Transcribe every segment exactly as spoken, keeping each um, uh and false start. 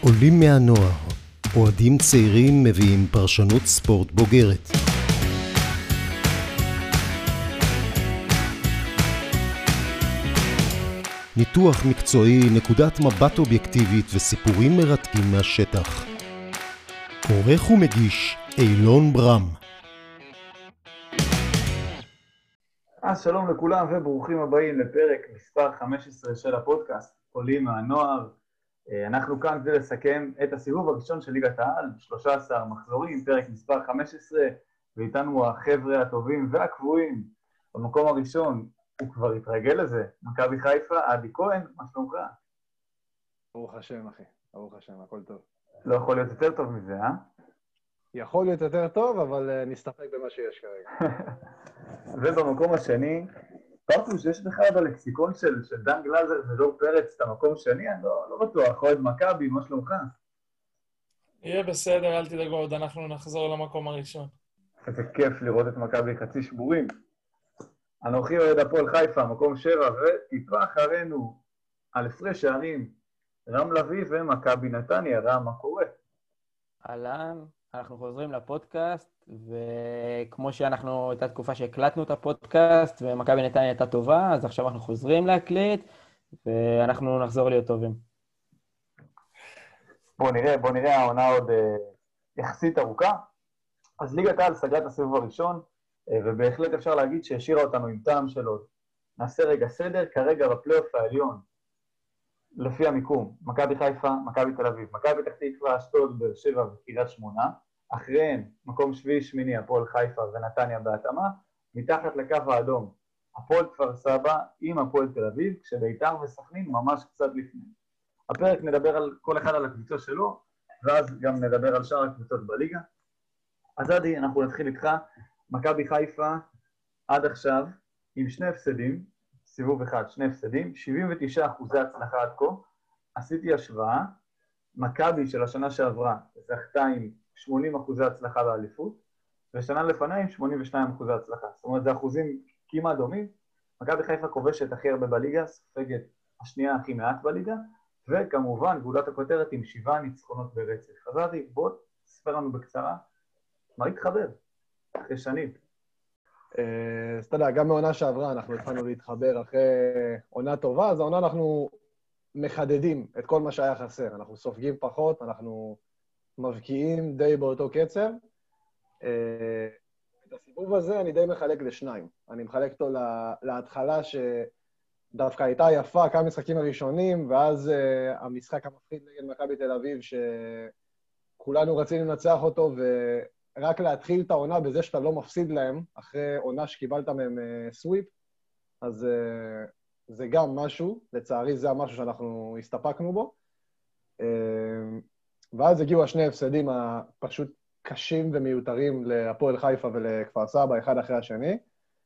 עולים מהנוער, אוהדים צעירים מביאים פרשנות ספורט בוגרת. ניתוח מקצועי, נקודת מבט אובייקטיבית וסיפורים מרתקים מהשטח. עורך ומגיש אילון ברם. אז שלום לכולם וברוכים הבאים לפרק מספר חמש עשרה של הפודקאסט, עולים מהנוער. אנחנו כאן כדי לסכם את הסיבוב הראשון של ליגת העל, שלושה עשר מחזורים, פרק מספר חמש עשרה, ואיתנו החבר'ה הטובים והקבועים. במקום הראשון הוא כבר התרגל לזה, מכבי חיפה, עדי כהן, מה שלומך? ברוך השם אחי, ברוך השם, הכל טוב. לא יכול להיות יותר טוב מזה, אה? יכול להיות יותר טוב, אבל uh, נסתפק במה שיש כרגע. ובמקום השני, פרטו שיש בכלל בלקסיקון של, של דן גלזר ודור פרץ את המקום שני, אני לא, לא בטוח, אוהד מכבי, מה שלומך? יהיה בסדר, אל תדאגו, עוד אנחנו נחזור למקום הראשון. איזה כיף לראות את מכבי חצי שבורים. אנוכי אוהד הפועל חיפה, מקום שבע, וטיפה אחרינו על הפרש שערים, רם לוי ומכבי נתניה. רם, מה קורה? אהלן, אנחנו חוזרים לפודקאסט, וכמו שאנחנו, הייתה תקופה שהקלטנו את הפודקאסט, ומכבי נתניה הייתה טובה, אז עכשיו אנחנו חוזרים להקליט, ואנחנו נחזור להיות טובים. בוא נראה, בוא נראה, העונה עוד אה, יחסית ארוכה. אז ליגת העל סגרה את הסיבוב הראשון, אה, ובהחלט אפשר להגיד שהשאירה אותנו עם טעם של עוד. נעשה רגע סדר, כרגע בפלייאוף העליון, לפי המיקום, מכבי חיפה, מכבי תל אביב, מכבי פתח תקווה, אשדוד, באר שבע וקריית שמונה, אחריהן מקום שביעי שמיני, הפועל חיפה ונתניה בהתאמה, מתחת לקו האדום, הפועל כפר סבא עם הפועל תל אביב, כשביתר וסכנין ממש קצת לפני. הפרק נדבר על כל אחד על הקבוצה שלו, ואז גם נדבר על שאר הקבוצות בליגה. אז עדי, אנחנו נתחיל איתך, מכבי חיפה עד עכשיו עם שני הפסדים, סיבוב אחד, שני הפסדים, שבעים ותשעה אחוזי הצלחה עד כה. עשיתי השוואה, מכבי של השנה שעברה זכתה עם שמונים אחוזי הצלחה באליפות, ושנה לפני עם שמונים ושניים אחוזי הצלחה. זאת אומרת, זה אחוזים כמעט דומים. מכבי חיפה כובשת הכי הרבה בליגה, ספגת השנייה הכי מעט בליגה, וכמובן גאולת הכותרת עם שבעה ניצחונות ברצף. אז עדי, בוא תספר לנו בקצרה, מה התחבר אחרי שנים? אז אתה יודע, גם מעונה שעברה אנחנו התחלנו להתחבר אחרי עונה טובה, אז העונה אנחנו מחדדים את כל מה שהיה חסר. אנחנו סופגים פחות, אנחנו מבקיעים די באותו קצב. את הסיבוב הזה אני די מחלק לשניים. אני מחלק אותו להתחלה שדווקא הייתה יפה, כמה משחקים הראשונים, ואז המשחק המפחיד נגד מכבי תל אביב, שכולנו רצינו לנצח אותו, ו... רק להתחיל את העונה בזה שאתה לא מפסיד להם, אחרי עונה שקיבלת מהם סוויפ, אז זה גם משהו, לצערי זה המשהו שאנחנו הסתפקנו בו. ואז הגיעו השני הפסדים הפשוט קשים ומיותרים להפועל חיפה ולכפר סבא, אחד אחרי השני.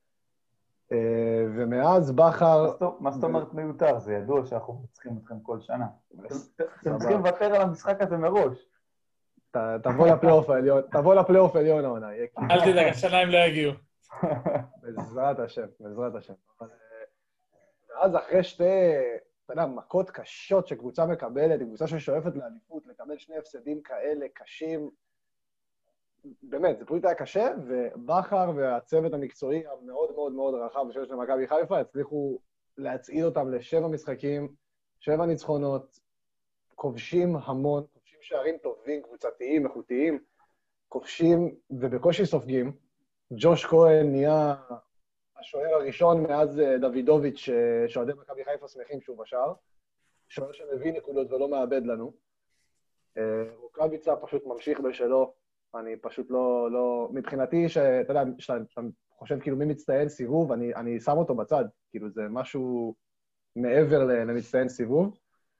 ומאז בחר... מה זאת אומרת מיותר? זה ידוע שאנחנו צריכים אתכם כל שנה. אתם צריכים לוותר על המשחק הזה מראש. תבוא לפלייאוף העליון, תבוא לפלייאוף העליון העונה. אל תדאג, השנה הם לא יגיעו. בעזרת השם, בעזרת השם. ואז אחרי שתי, אתה יודע, מכות קשות שקבוצה מקבלת, קבוצה ששואפת לאליפות, לקבל שני הפסדים כאלה קשים, באמת, זה פשוט היה קשה, ובחר והצוות המקצועי המאוד מאוד מאוד רחב שיש למכבי חיפה, הצליחו להצעיד אותם לשבע משחקים, שבע ניצחונות, כובשים המון, שערים טובים, קבוצתיים, איכותיים, כובשים ובקושי סופגים. ג'וש כהן נהיה השוער הראשון מאז דוידוביץ' שאוהדי מכבי חיפה שמחים שהוא בשער. שוער שמביא נקודות ולא מאבד לנו. רוקאביצה פשוט ממשיך בשלו. אני פשוט לא, לא, מבחינתי שאתה יודע, שאתה חושב כאילו מי מצטיין סיבוב, אני, אני שם אותו בצד. כאילו זה משהו מעבר למצטיין סיבוב.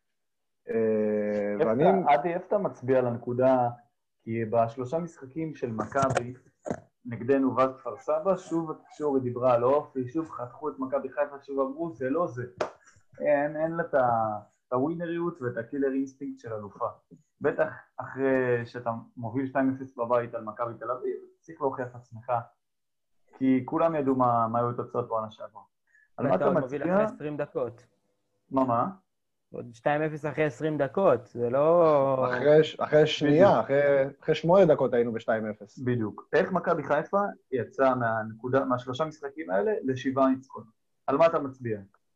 עדי, איפה אתה מצביע על הנקודה? כי בשלושה משחקים של מכבי נגדנו ואז כפר סבא, שוב התקשורת דיברה על אופי, שוב חתכו את מכבי חיפה, שוב אמרו, זה לא זה. אין, אין לה את הווינריות ואת הקילר אינסטינקט של אלופה. בטח אחרי שאתה מוביל שתיים אפס בבית על מכבי תל אביב, צריך להוכיח את עצמך, כי כולם ידעו מה, מה היו תוצאות בעונה שעברה. על מה אתה מוביל אחרי מצביע? עשרים דקות. מה מה? עוד שתיים אפס אחרי עשרים דקות, זה לא... אחרי, אחרי שנייה, אחרי, אחרי שמונה דקות היינו ב-שתיים אפס. בדיוק. איך מכבי חיפה יצאה מהנקודה, מהשלושה משחקים האלה לשבעה ניצחונות? על מה אתה מצביע?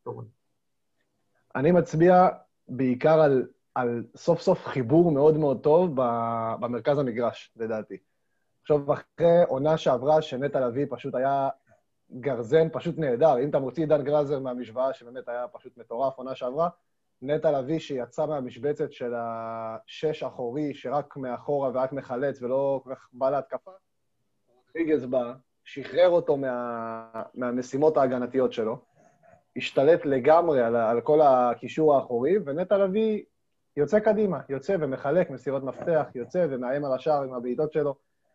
אני מצביע בעיקר על, על סוף סוף חיבור מאוד מאוד טוב במרכז המגרש, לדעתי. עכשיו, אחרי עונה שעברה, שנטע לביא פשוט היה גרזן, פשוט נהדר. אם אתה מוציא דן גלאזר מהמשוואה, שבאמת היה פשוט מטורף עונה שעברה, נטע לביא שיצא מהמשבצת של השש אחורי, שרק מאחורה ורק מחלץ ולא כל כך בא להתקפה, ריגז בא, שחרר אותו מה, מהמשימות ההגנתיות שלו, השתלט לגמרי על, על כל הקישור האחורי, ונטע לביא יוצא קדימה, יוצא ומחלק מסירות מפתח, יוצא ומאיים על השער עם הבעיטות שלו.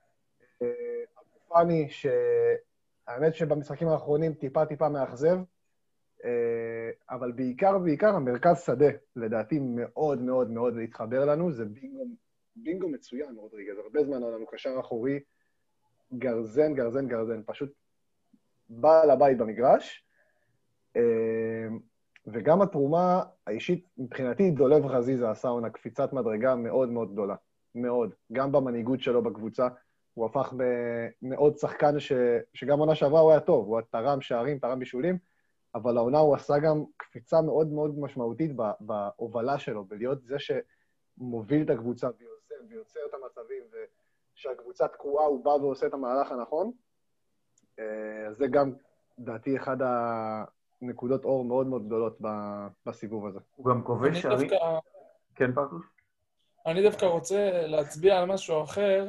פאני, שהאמת שבמשחקים האחרונים טיפה טיפה מאכזב, אבל בעיקר בעיקר המרכז שדה, לדעתי מאוד מאוד מאוד להתחבר לנו, זה בינגו, בינגו מצוין מאוד רגע, זה הרבה זמן עלינו, קשר אחורי, גרזן, גרזן, גרזן, פשוט בא לבית במגרש, וגם התרומה האישית, מבחינתי דולב חזיזה עשה עונה קפיצת מדרגה מאוד מאוד גדולה, מאוד, גם במנהיגות שלו בקבוצה, הוא הפך במאוד שחקן ש... שגם עונה שעברה הוא היה טוב, הוא תרם שערים, תרם בישולים, אבל העונה הוא עשה גם קפיצה מאוד מאוד משמעותית בהובלה שלו, בלהיות זה שמוביל את הקבוצה ויוזם ויוצר את המצבים, ושהקבוצה תקועה הוא בא ועושה את המהלך הנכון. זה גם, דעתי, אחד הנקודות אור מאוד מאוד גדולות בסיבוב הזה. הוא גם כובש שערים. דווקא... כן, פרקוש? אני דווקא רוצה להצביע על משהו אחר.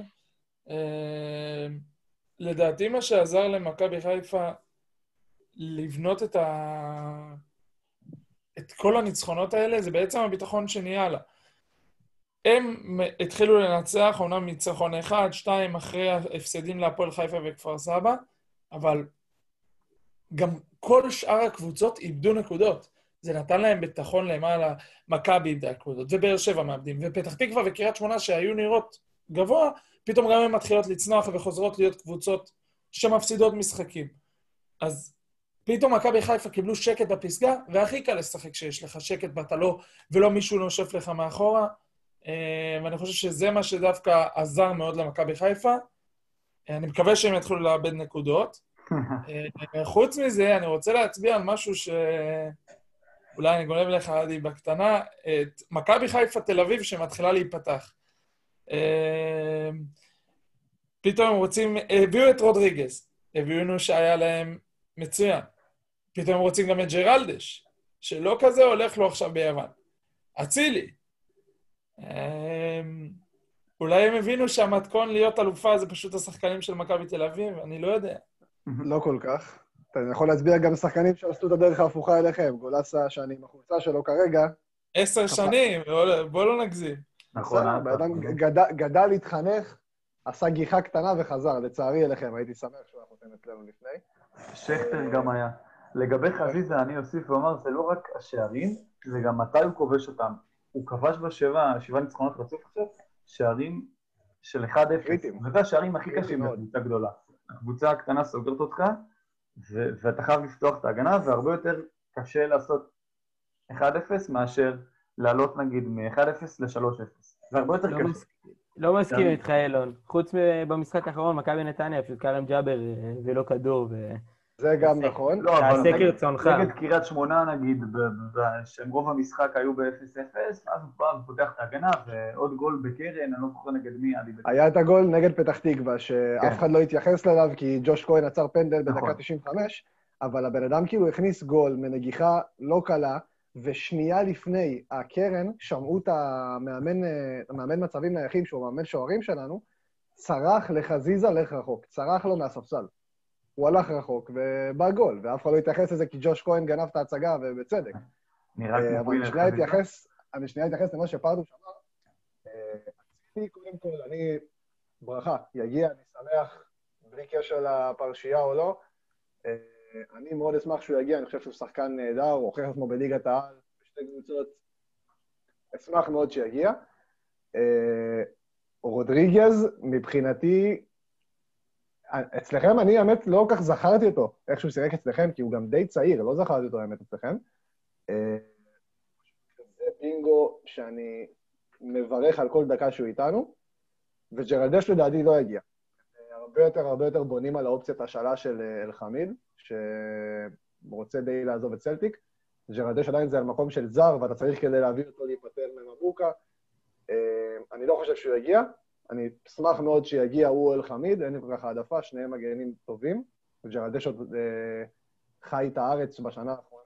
לדעתי מה שעזר למכבי חיפה לבנות את ה... את כל הניצחונות האלה, זה בעצם הביטחון שנהיה לה. הם התחילו לנצח, אומנם ניצחון אחד, שתיים, אחרי ההפסדים להפועל חיפה וכפר סבא, אבל גם כל שאר הקבוצות איבדו נקודות. זה נתן להם ביטחון למעלה, מכבי איבדה נקודות, ובאר שבע מאבדים, ופתח תקווה וקריית שמונה שהיו נראות גבוה, פתאום גם הן מתחילות לצנוח וחוזרות להיות קבוצות שמפסידות משחקים. אז פתאום מכבי חיפה קיבלו שקט בפסגה, והכי קל לשחק שיש לך שקט ואתה לא, ולא מישהו נושף לך מאחורה, ואני חושב שזה מה שדווקא עזר מאוד למכבי חיפה. אני מקווה שהם יתחילו לאבד נקודות. חוץ מזה, אני רוצה להצביע על משהו שאולי אני גונב לך עדי בקטנה, את מכבי חיפה תל אביב שמתחילה להיפתח. פתאום הם רוצים, הביאו את רודריגז, הביאו שהיה להם מצוין. פתאום הם רוצים גם את ג'רלדש, שלא כזה הולך לו עכשיו ביוון. אצילי. אולי הם הבינו שהמתכון להיות אלופה זה פשוט השחקנים של מכבי תל אביב, אני לא יודע. לא כל כך. אתה יכול להצביע גם שחקנים שעשו את הדרך ההפוכה אליכם. גולסה, שאני עם החולצה שלו כרגע. עשר שנים, בוא לא נגזים. נכון. באדם גדל להתחנך, עשה גיחה קטנה וחזר, לצערי אליכם. הייתי שמח שהוא היה חותם אצלנו לפני. שכטר גם היה. לגבי חזיזה, אני אוסיף ואומר, זה לא רק השערים, זה גם מתי הוא כובש אותם. הוא כבש בשבע, שבעה ניצחונות רצוף עכשיו, שערים של אחד אפס. וזה השערים הכי קשים בקבוצה גדולה. הקבוצה הקטנה סוגרת אותך, ואתה חייב לפתוח את ההגנה, והרבה יותר קשה לעשות אחד אפס מאשר לעלות נגיד מ-אחד אפס ל-שלוש אפס. זה הרבה יותר קשה. לא מסכים איתך, אילון. חוץ במשחק האחרון, מכבי נתניה, פשוט קרם ג'אבר ולא כדור. זה גם נכון. לא, אבל כרצונך. נגד קריית שמונה, נגיד, שהם רוב המשחק היו ב-אפס אפס, אז הוא בא ופותח את ההגנה, ועוד גול בקרן, אני לא זוכר נגד מי. היה את הגול נגד פתח תקווה, שאף אחד לא התייחס אליו, כי ג'וש כהן עצר פנדל בדקה תשעים וחמש, אבל הבן אדם כאילו הכניס גול מנגיחה לא קלה, ושנייה לפני הקרן, שמעו את המאמן מצבים נייחים, שהוא מאמן שוערים שלנו, צרח לחזיזה לך רחוק, צרח לו מהספסל. הוא הלך רחוק ובא גול, ואף אחד לא התייחס לזה כי ג'וש כהן גנב את ההצגה, ובצדק. אבל אני שנייה אתייחס למה שפרדו שאמר. אני קודם כל, אני ברכה, יגיע, אני שמח, בלי קשר לפרשייה או לא. אני מאוד אשמח שהוא יגיע, אני חושב שהוא שחקן נהדר, הוא הוכיח עצמו בליגת העל, בשתי קבוצות. אשמח מאוד שיגיע. רודריגז, מבחינתי, אצלכם, אני האמת לא כל כך זכרתי אותו, איך שהוא שיחק אצלכם, כי הוא גם די צעיר, לא זכרתי אותו האמת אצלכם. זה דונגו, שאני מברך על כל דקה שהוא איתנו, וג'רלדש לדעתי לא הגיע. הרבה יותר, הרבה יותר בונים על האופציית השאלה של אלחמיד, שרוצה די לעזוב את סלטיק. ג'רלדש עדיין זה על מקום של זר, ואתה צריך כדי להביא אותו להיפטר ממבוקה. אני לא חושב שהוא יגיע. אני אשמח מאוד שיגיע הוא אלחמיד, אין לי כל כך העדפה, שניהם מגנים טובים. וג'רלדש עוד חי את הארץ בשנה האחרונה.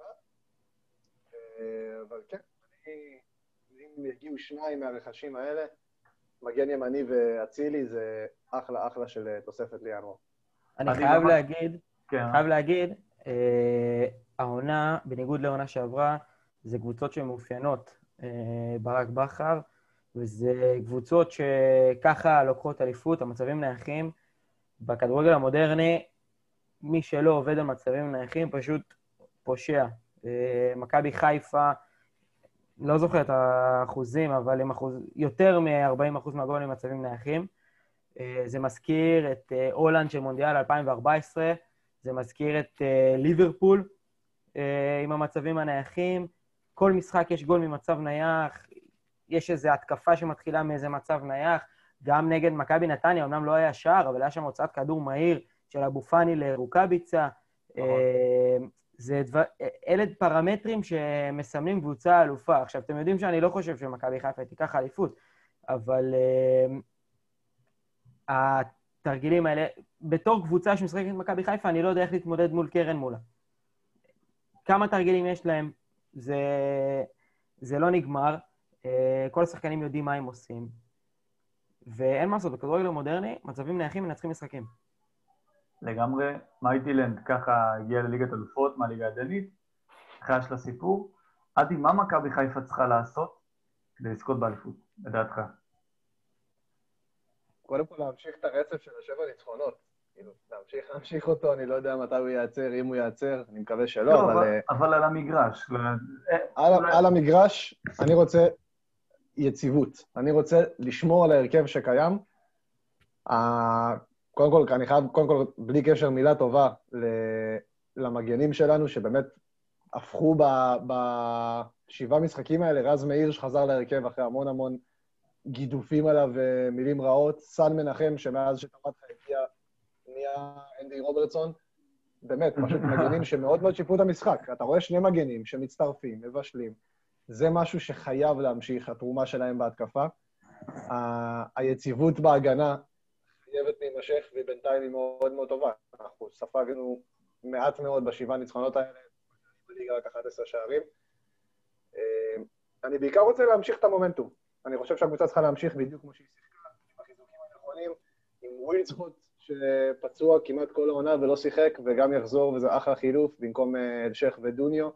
אבל כן, אני, אם יגיעו שניים מהרכשים האלה, מגן ימני ואצילי זה אחלה, אחלה של תוספת לינואר. אני חייב להגיד, חייב להגיד, העונה, בניגוד לעונה שעברה, זה קבוצות שמאופיינות ברק בכר, וזה קבוצות שככה לוקחות אליפות, המצבים נייחים. בכדורגל המודרני, מי שלא עובד על מצבים נייחים פשוט פושע. מכבי חיפה, לא זוכר את האחוזים, אבל עם אחוז, יותר מ-ארבעים אחוז מהגולים מצבים נייחים. זה מזכיר את הולנד של מונדיאל אלפיים וארבע עשרה, זה מזכיר את ליברפול עם המצבים הנייחים. כל משחק יש גול ממצב נייח, יש איזו התקפה שמתחילה מאיזה מצב נייח. גם נגד מכבי נתניה, אמנם לא היה שער, אבל היה שם הוצאת כדור מהיר של אבו פאני לרוקאביצה. זה דבר, אלה פרמטרים שמסמנים קבוצה אלופה. עכשיו, אתם יודעים שאני לא חושב שמכבי חיפה תיקח אליפות, אבל uh, התרגילים האלה, בתור קבוצה שמשחקת מכבי חיפה, אני לא יודע איך להתמודד מול קרן מולה. כמה תרגילים יש להם, זה, זה לא נגמר. Uh, כל השחקנים יודעים מה הם עושים. ואין מה לעשות, בכדורגל המודרני, מצבים נייחים מנצחים משחקים. לגמרי, מייטילנד ככה הגיע לליגת אלופות מהליגה הדנית, אחרי של הסיפור. עדי, מה מכבי חיפה צריכה לעשות כדי לזכות באליפות, לדעתך? קודם כל להמשיך את הרצף של השבע ניצחונות. להמשיך, להמשיך אותו, אני לא יודע מתי הוא ייעצר, אם הוא ייעצר, אני מקווה שלא, לא, אבל... אבל, אבל על המגרש. על, אולי... על המגרש, אני רוצה יציבות. אני רוצה לשמור על ההרכב שקיים. קודם כל, אני חייב, קודם כל, בלי קשר מילה טובה למגנים שלנו, שבאמת הפכו בשבעה משחקים האלה, רז מאיר שחזר להרכב אחרי המון המון גידופים עליו ומילים רעות, סן מנחם, שמאז שטמטחה הגיע, נהיה אנדי רוברטסון, באמת, פשוט מגנים שמאוד מאוד שיפרו את המשחק. אתה רואה שני מגנים שמצטרפים, מבשלים, זה משהו שחייב להמשיך, התרומה שלהם בהתקפה. היציבות בהגנה, חייבת להימשך, ובינתיים היא מאוד מאוד טובה. אנחנו ספגנו מעט מאוד בשבעה ניצחונות האלה, בליגה רק אחד עשר שערים. אני בעיקר רוצה להמשיך את המומנטום. אני חושב שהקבוצה צריכה להמשיך בדיוק כמו שהיא שיחקה, עם החיזוקים הנכונים, עם ווילסקוט שפצוע כמעט כל העונה ולא שיחק, וגם יחזור, וזה אחלה חילוף, במקום אלשך ודוניו.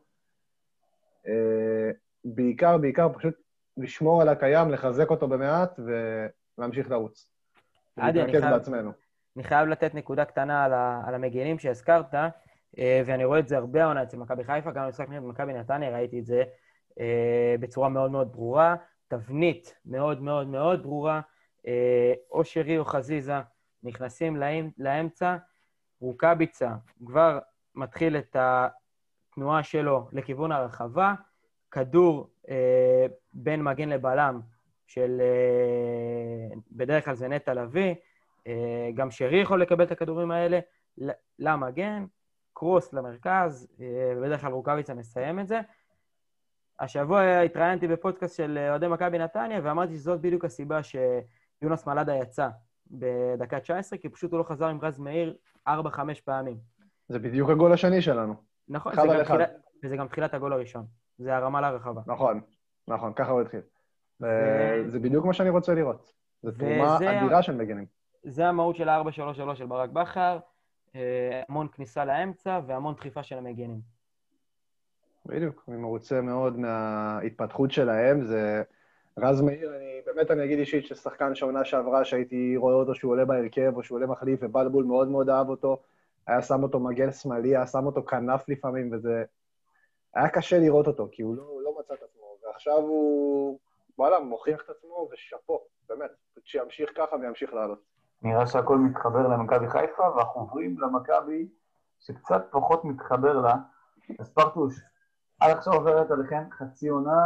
בעיקר, בעיקר פשוט לשמור על הקיים, לחזק אותו במעט, ולהמשיך לרוץ. עדי, אני חייב, אני חייב לתת נקודה קטנה על, ה, על המגנים שהזכרת, ואני רואה את זה הרבה העונה אצל מכבי חיפה, גם במשחק נגד מכבי נתניה ראיתי את זה בצורה מאוד מאוד ברורה, תבנית מאוד מאוד מאוד ברורה, או שרי או חזיזה נכנסים לאמצע, רוקאביצה כבר מתחיל את התנועה שלו לכיוון הרחבה, כדור בין מגן לבלם, של בדרך כלל זה נטע לביא, גם שרי יכול לקבל את הכדורים האלה, למגן, קרוס למרכז, ובדרך כלל רוקאביצה מסיים את זה. השבוע התראיינתי בפודקאסט של אוהדי מכבי נתניה, ואמרתי שזאת בדיוק הסיבה שיונס מלאדה יצא בדקה תשע עשרה, כי פשוט הוא לא חזר עם רז מאיר ארבע חמש פעמים. זה בדיוק הגול השני שלנו. נכון, זה גם תחילה, וזה גם תחילת הגול הראשון. זה הרמה לרחבה. נכון, נכון, ככה הוא התחיל. זה בדיוק מה שאני רוצה לראות. זו תרומה אדירה של מגנים. זה המהות של ה-ארבע שלוש שלוש של ברק בכר, המון כניסה לאמצע והמון דחיפה של המגנים. בדיוק, אני מרוצה מאוד מההתפתחות שלהם. זה רז מאיר, אני, באמת אני אגיד אישית ששחקן שעונה שעברה, שהייתי רואה אותו שהוא עולה בהרכב או שהוא עולה מחליף, ובלבול מאוד מאוד אהב אותו, היה שם אותו מגן שמאלי, היה שם אותו כנף לפעמים, וזה היה קשה לראות אותו, כי הוא לא, הוא לא מצא את עצמו, ועכשיו הוא, וואלה, מוכיח את עצמו, ושפו, באמת, שימשיך ככה וימשיך לעלות. נראה שהכל מתחבר למכבי חיפה, ואנחנו עוברים למכבי שקצת פחות מתחבר לה, ספרטוש, עד עכשיו עוברת עליכם חצי עונה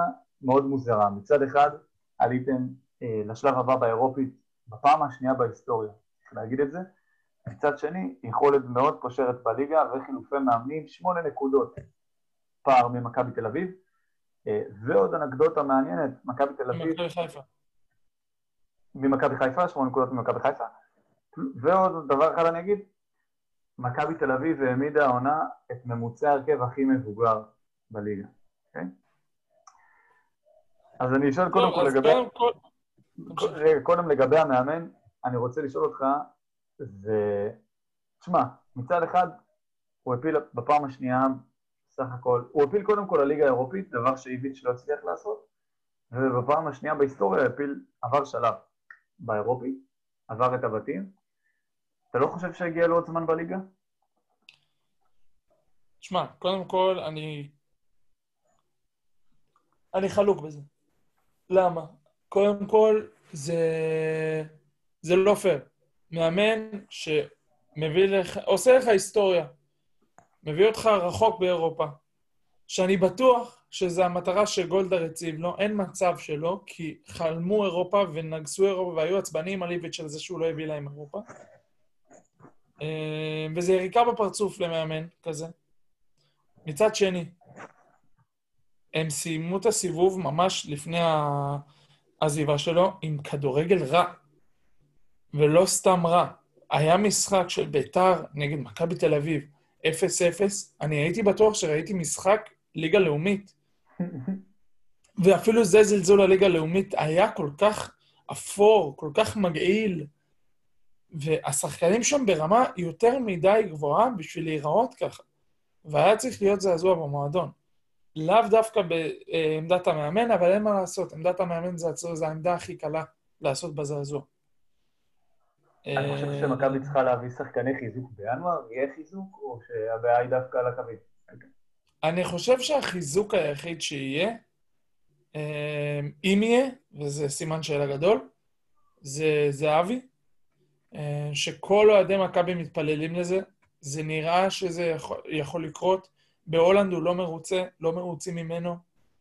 מאוד מוזרה. מצד אחד, עליתם אה, לשלב הבא באירופית, בפעם השנייה בהיסטוריה, צריך להגיד את זה. מצד שני, יכולת מאוד פושרת בליגה, וחילופי מאמנים, שמונה נקודות פער ממכבי תל אביב. אה, ועוד אנקדוטה מעניינת, מכבי תל אביב... ממכבי חיפה. ממכבי חיפה, שמונה נקודות ממכבי חיפה. ועוד דבר אחד אני אגיד, מכבי תל אביב העמידה העונה את ממוצע הרכב הכי מבוגר בליגה. Okay? אז אני אשאל קודם כל לגבי... קודם לגבי המאמן, אני רוצה לשאול אותך, זה... תשמע, מצד אחד, הוא הפיל בפעם השנייה, סך הכל, הוא הפיל קודם כל לליגה האירופית, דבר שאיביץ' לא הצליח לעשות, ובפעם השנייה בהיסטוריה הפיל עבר שלב באירופית, עבר את הבתים. אתה לא חושב שהגיע לו עוד זמן בליגה? תשמע, קודם כל, אני... אני חלוק בזה. למה? קודם כל, זה... זה לא פייר. מאמן שמביא לך... עושה לך היסטוריה. מביא אותך רחוק באירופה. שאני בטוח שזו המטרה שגולדהר הציב לו. אין מצב שלו, כי חלמו אירופה ונגסו אירופה, והיו עצבנים על איביץ' של זה שהוא לא הביא להם אירופה. וזה יריקה בפרצוף למאמן כזה. מצד שני, הם סיימו את הסיבוב ממש לפני העזיבה שלו עם כדורגל רע, ולא סתם רע. היה משחק של ביתר נגד מכבי תל אביב, אפס אפס, אני הייתי בטוח שראיתי משחק ליגה לאומית, ואפילו זה זלזול הליגה הלאומית היה כל כך אפור, כל כך מגעיל, והשחקנים שם ברמה יותר מדי גבוהה בשביל להיראות ככה. והיה צריך להיות זעזוע במועדון. לאו דווקא בעמדת המאמן, אבל אין מה לעשות. עמדת המאמן זה, זה העמדה הכי קלה לעשות בזעזוע. אני חושב שמכבי צריכה להביא שחקני חיזוק בינואר, יהיה חיזוק, או שהבעיה היא דווקא על הקווים? אני חושב שהחיזוק היחיד שיהיה, אם יהיה, וזה סימן שאלה גדול, זה זהבי, שכל אוהדי מכבי מתפללים לזה, זה נראה שזה יכול, יכול לקרות, בהולנד הוא לא מרוצה, לא מרוצים ממנו,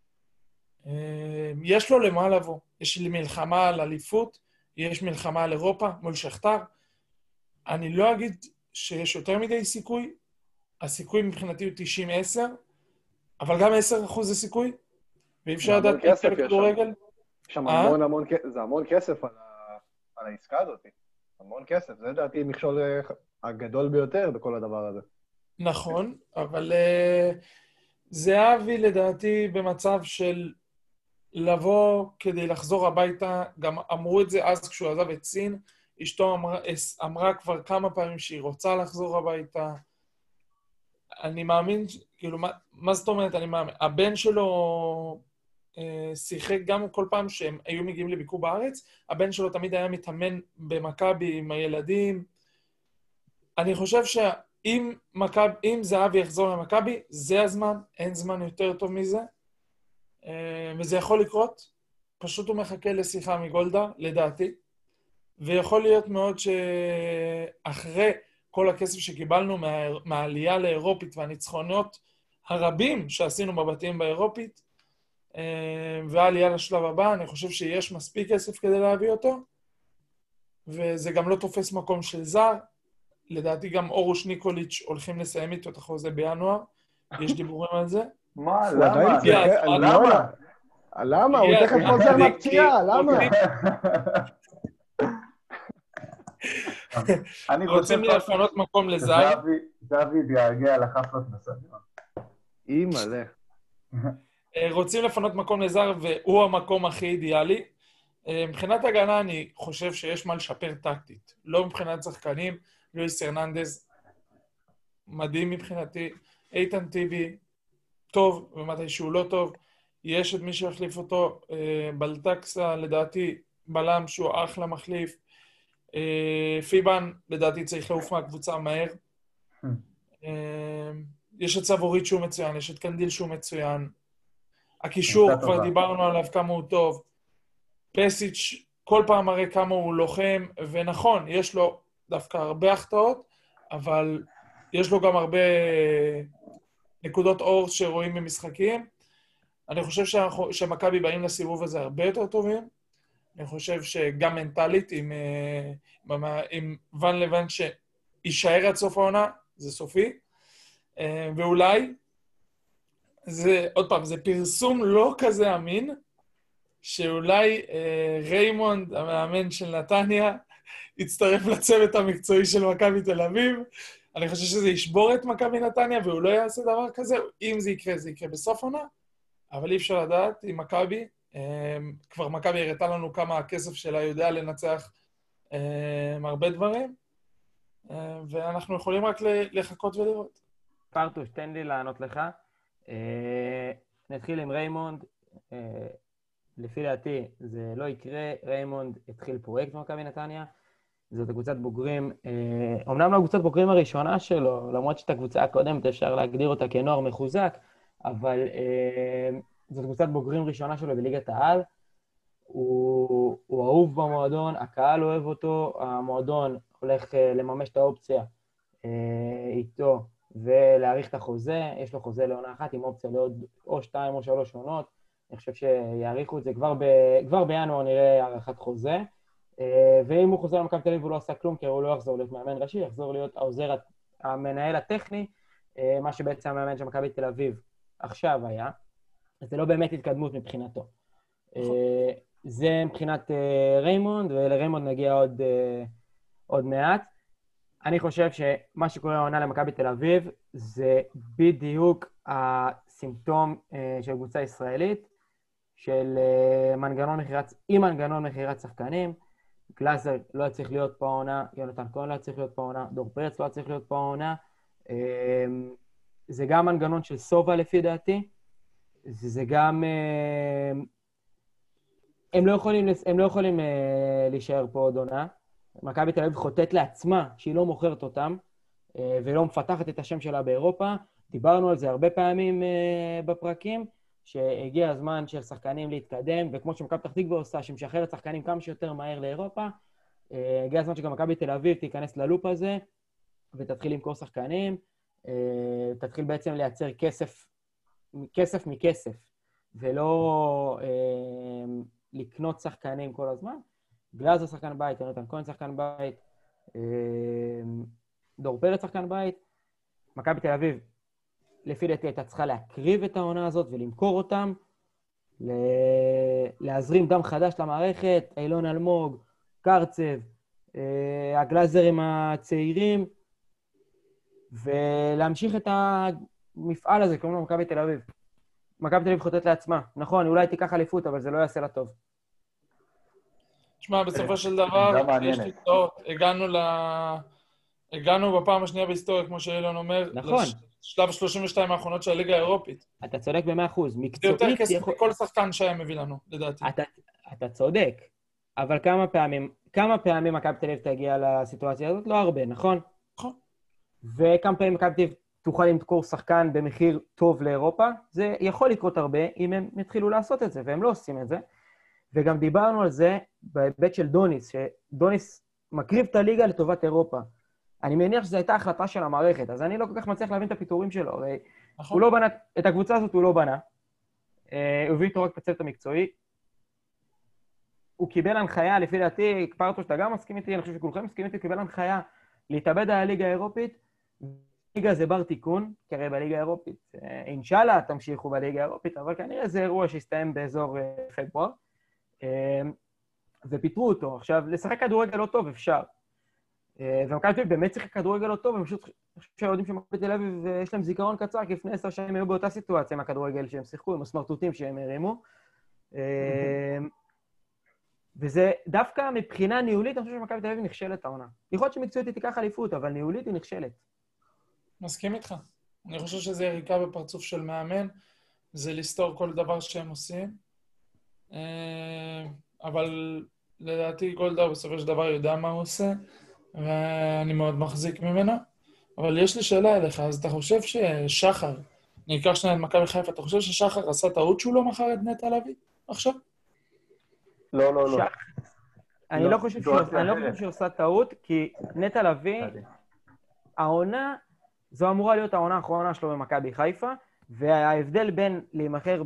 יש לו למה לבוא, יש לי מלחמה על אליפות, יש מלחמה על אירופה מול שכתר, אני לא אגיד שיש יותר מדי סיכוי, הסיכוי מבחינתי הוא תשעים עשר, אבל גם עשרה אחוז זה סיכוי, ואי אפשר לדעת כסף בכדורגל. יש שם המון המון, זה המון כסף על העסקה הזאת. המון כסף, זה לדעתי מכשול הגדול ביותר בכל הדבר הזה. נכון, אבל uh, זהבי לדעתי במצב של לבוא כדי לחזור הביתה, גם אמרו את זה אז כשהוא עזב את סין, אשתו אמרה, אמרה כבר כמה פעמים שהיא רוצה לחזור הביתה. אני מאמין, כאילו, מה, מה זאת אומרת, אני מאמין, הבן שלו אה, שיחק גם כל פעם שהם היו מגיעים לביקור בארץ, הבן שלו תמיד היה מתאמן במכבי עם הילדים. אני חושב שאם מכב, אם זהבי יחזור למכבי, זה הזמן, אין זמן יותר טוב מזה, אה, וזה יכול לקרות, פשוט הוא מחכה לשיחה מגולדהר, לדעתי, ויכול להיות מאוד שאחרי כל הכסף שקיבלנו מה, מהעלייה לאירופית והניצחונות הרבים שעשינו בבתים באירופית, והעלייה לשלב הבא, אני חושב שיש מספיק כסף כדי להביא אותו, וזה גם לא תופס מקום של זר. לדעתי גם אורוש ניקוליץ' הולכים לסיים איתו את החוזה בינואר, יש דיבורים על זה. מה? למה? למה? למה? הוא תכף חוזר מפציעה, למה? רוצים לפנות מקום לזר. זהבי יגיע לחפלות בסדר. אי מלא. רוצים לפנות מקום לזר, והוא המקום הכי אידיאלי. מבחינת הגנה אני חושב שיש מה לשפר טקטית. לא מבחינת שחקנים, לואיס הרננדז, מדהים מבחינתי. איתן טיבי, טוב, ומתי שהוא לא טוב. יש את מי שהחליף אותו. בלטקסה, לדעתי, בלם שהוא אחלה מחליף. פיבן, לדעתי צריך לעוף מהקבוצה מהר. יש את סבורית שהוא מצוין, יש את קנדיל שהוא מצוין. הקישור, כבר דיברנו עליו כמה הוא טוב. פסיץ' כל פעם מראה כמה הוא לוחם, ונכון, יש לו דווקא הרבה החטאות, אבל יש לו גם הרבה נקודות אור שרואים במשחקים. אני חושב שאנחנו- שמכבי באים לסיבוב הזה הרבה יותר טובים. אני חושב שגם מנטלית עם, עם, עם ון לבן שישאר עד סוף העונה, זה סופי. ואולי, זה, עוד פעם, זה פרסום לא כזה אמין, שאולי אה, ריימונד, המאמן של נתניה, יצטרף לצוות המקצועי של מכבי תל אביב. אני חושב שזה ישבור את מכבי נתניה, והוא לא יעשה דבר כזה. אם זה יקרה, זה יקרה בסוף עונה. אבל אי אפשר לדעת עם מכבי. אה, כבר מכבי הראתה לנו כמה הכסף שלה יודע לנצח אה, הרבה דברים, אה, ואנחנו יכולים רק לחכות ולראות. פרטוש, תן לי לענות לך. אה, נתחיל עם ריימונד. אה, לפי דעתי זה לא יקרה. ריימונד התחיל פרויקט במכבי נתניה. זאת הקבוצת בוגרים, אומנם לא הקבוצת בוגרים הראשונה שלו, למרות שאת הקבוצה הקודמת אפשר להגדיר אותה כנוער מחוזק, אבל זאת קבוצת בוגרים ראשונה שלו בליגת העל. הוא, הוא אהוב במועדון, הקהל אוהב אותו, המועדון הולך לממש את האופציה איתו ולהאריך את החוזה. יש לו חוזה לעונה אחת עם אופציה לעוד או שתיים או שלוש עונות. אני חושב שיאריכו את זה כבר, ב, כבר בינואר נראה הארכת חוזה. ואם הוא חוזר למכבי תל אביב הוא לא עשה כלום, כי הוא לא יחזור להיות מאמן ראשי, יחזור להיות העוזר המנהל הטכני, מה שבעצם המאמן של מכבי תל אביב עכשיו היה. זה לא באמת התקדמות מבחינתו. זה מבחינת ריימונד, ולריימונד נגיע עוד, עוד מעט. אני חושב שמה שקורה העונה למכבי תל אביב זה בדיוק הסימפטום של קבוצה ישראלית, של מנגנון מחירת, עם מנגנון מחירת שחקנים. גלאזר לא צריך להיות פה העונה, יונתן כהן לא צריך להיות פה העונה, דור פרץ לא צריך להיות פה העונה. זה גם מנגנון של סובה לפי דעתי, זה גם... הם לא יכולים, הם לא יכולים להישאר פה עוד עונה. מכבי תל אביב חוטאת לעצמה שהיא לא מוכרת אותם, ולא מפתחת את השם שלה באירופה. דיברנו על זה הרבה פעמים בפרקים, שהגיע הזמן של שחקנים להתקדם, וכמו שמכבי פתח תקווה עושה, שמשחררת שחקנים כמה שיותר מהר לאירופה, הגיע הזמן שגם מכבי תל אביב תיכנס ללופ הזה, ותתחיל למכור שחקנים, תתחיל בעצם לייצר כסף, כסף מכסף, ולא לקנות שחקנים כל הזמן. גלאזר שחקן בית, יונתן כהן שחקן בית, דור פרץ שחקן בית. מכבי תל אביב, לפי דעתי הייתה צריכה להקריב את העונה הזאת ולמכור אותם, להזרים דם חדש למערכת, אילון אלמוג, קרצב, הגלאזרים הצעירים, ולהמשיך את המפעל הזה, כמו מכבי תל אביב. מכבי תל אביב חוטאת לעצמה. נכון, אולי תיקח אליפות, אבל זה לא יעשה לה טוב. תשמע, בסופו של דבר, יש לי טעות. הגענו ל... הגענו בפעם השנייה בהיסטוריה, כמו שאילון אומר, נכון. לשלב שלושים ושתיים האחרונות של הליגה האירופית. אתה צודק ב-מאה אחוז. זה יותר כסף מכל שחקן שהיה מביא לנו, לדעתי. אתה, אתה צודק, אבל כמה פעמים, כמה פעמים מכבי תל אביב תגיע לסיטואציה הזאת? לא הרבה, נכון? נכון. וכמה פעמים מכבי תל אביב תוכל למכור שחקן במחיר טוב לאירופה? זה יכול לקרות הרבה אם הם יתחילו לעשות את זה, והם לא עושים את זה. וגם דיברנו על זה בהיבט של דוניס, שדוניס מקריב את הליגה לטובת אירופה. אני מניח שזו הייתה החלטה של המערכת, אז אני לא כל כך מצליח להבין את הפיתורים שלו. הרי נכון. הוא לא בנה, את הקבוצה הזאת הוא לא בנה. הוא הביא איתו רק את הצוות המקצועי. הוא קיבל הנחיה, לפי דעתי, פרטוש, שאתה גם מסכים איתי, אני חושב שכולכם מסכים איתי, הוא קיבל הנחיה להתאבד על הליגה האירופית. ליגה זה בר תיקון, כנראה בליגה האירופית. אינשאללה תמשיכו בליגה האירופית, אבל כנראה זה אירוע שהסתיים באזור פברואר. ופיתרו אותו. עכשיו, לשחק כדורגל לא טוב, אפשר. ומכבי תל אביב באמת צריך כדורגל לא טוב, ופשוט שהיודעים שמכבי תל אביב יש להם זיכרון קצר, כי לפני עשר שנים היו באותה סיטואציה עם הכדורגל שהם שיחקו, עם הסמרטוטים שהם הרימו. וזה דווקא מבחינה ניהולית, אני חושב שמכבי תל אביב נכשלת העונה. יכול להיות שמקצועית היא תיקח אליפות, אבל ניהולית היא נכשלת. מסכים איתך. אני חושב שזה יריקה בפרצוף של מאמן, זה לסתור כל דבר שהם עושים. אבל לדעתי גולדהר בסופו של דבר יודע מה הוא עושה, ואני מאוד מחזיק ממנו. אבל יש לי שאלה אליך, אז אתה חושב ששחר, אני אקח שנייה את מכבי חיפה, אתה חושב ששחר עשה טעות שהוא לא מכר את נטע לביא עכשיו? לא, לא, לא. אני לא חושב שהוא עשה טעות, כי נטע לביא, העונה, זו אמורה להיות העונה האחרונה שלו במכבי חיפה, וההבדל בין להימכר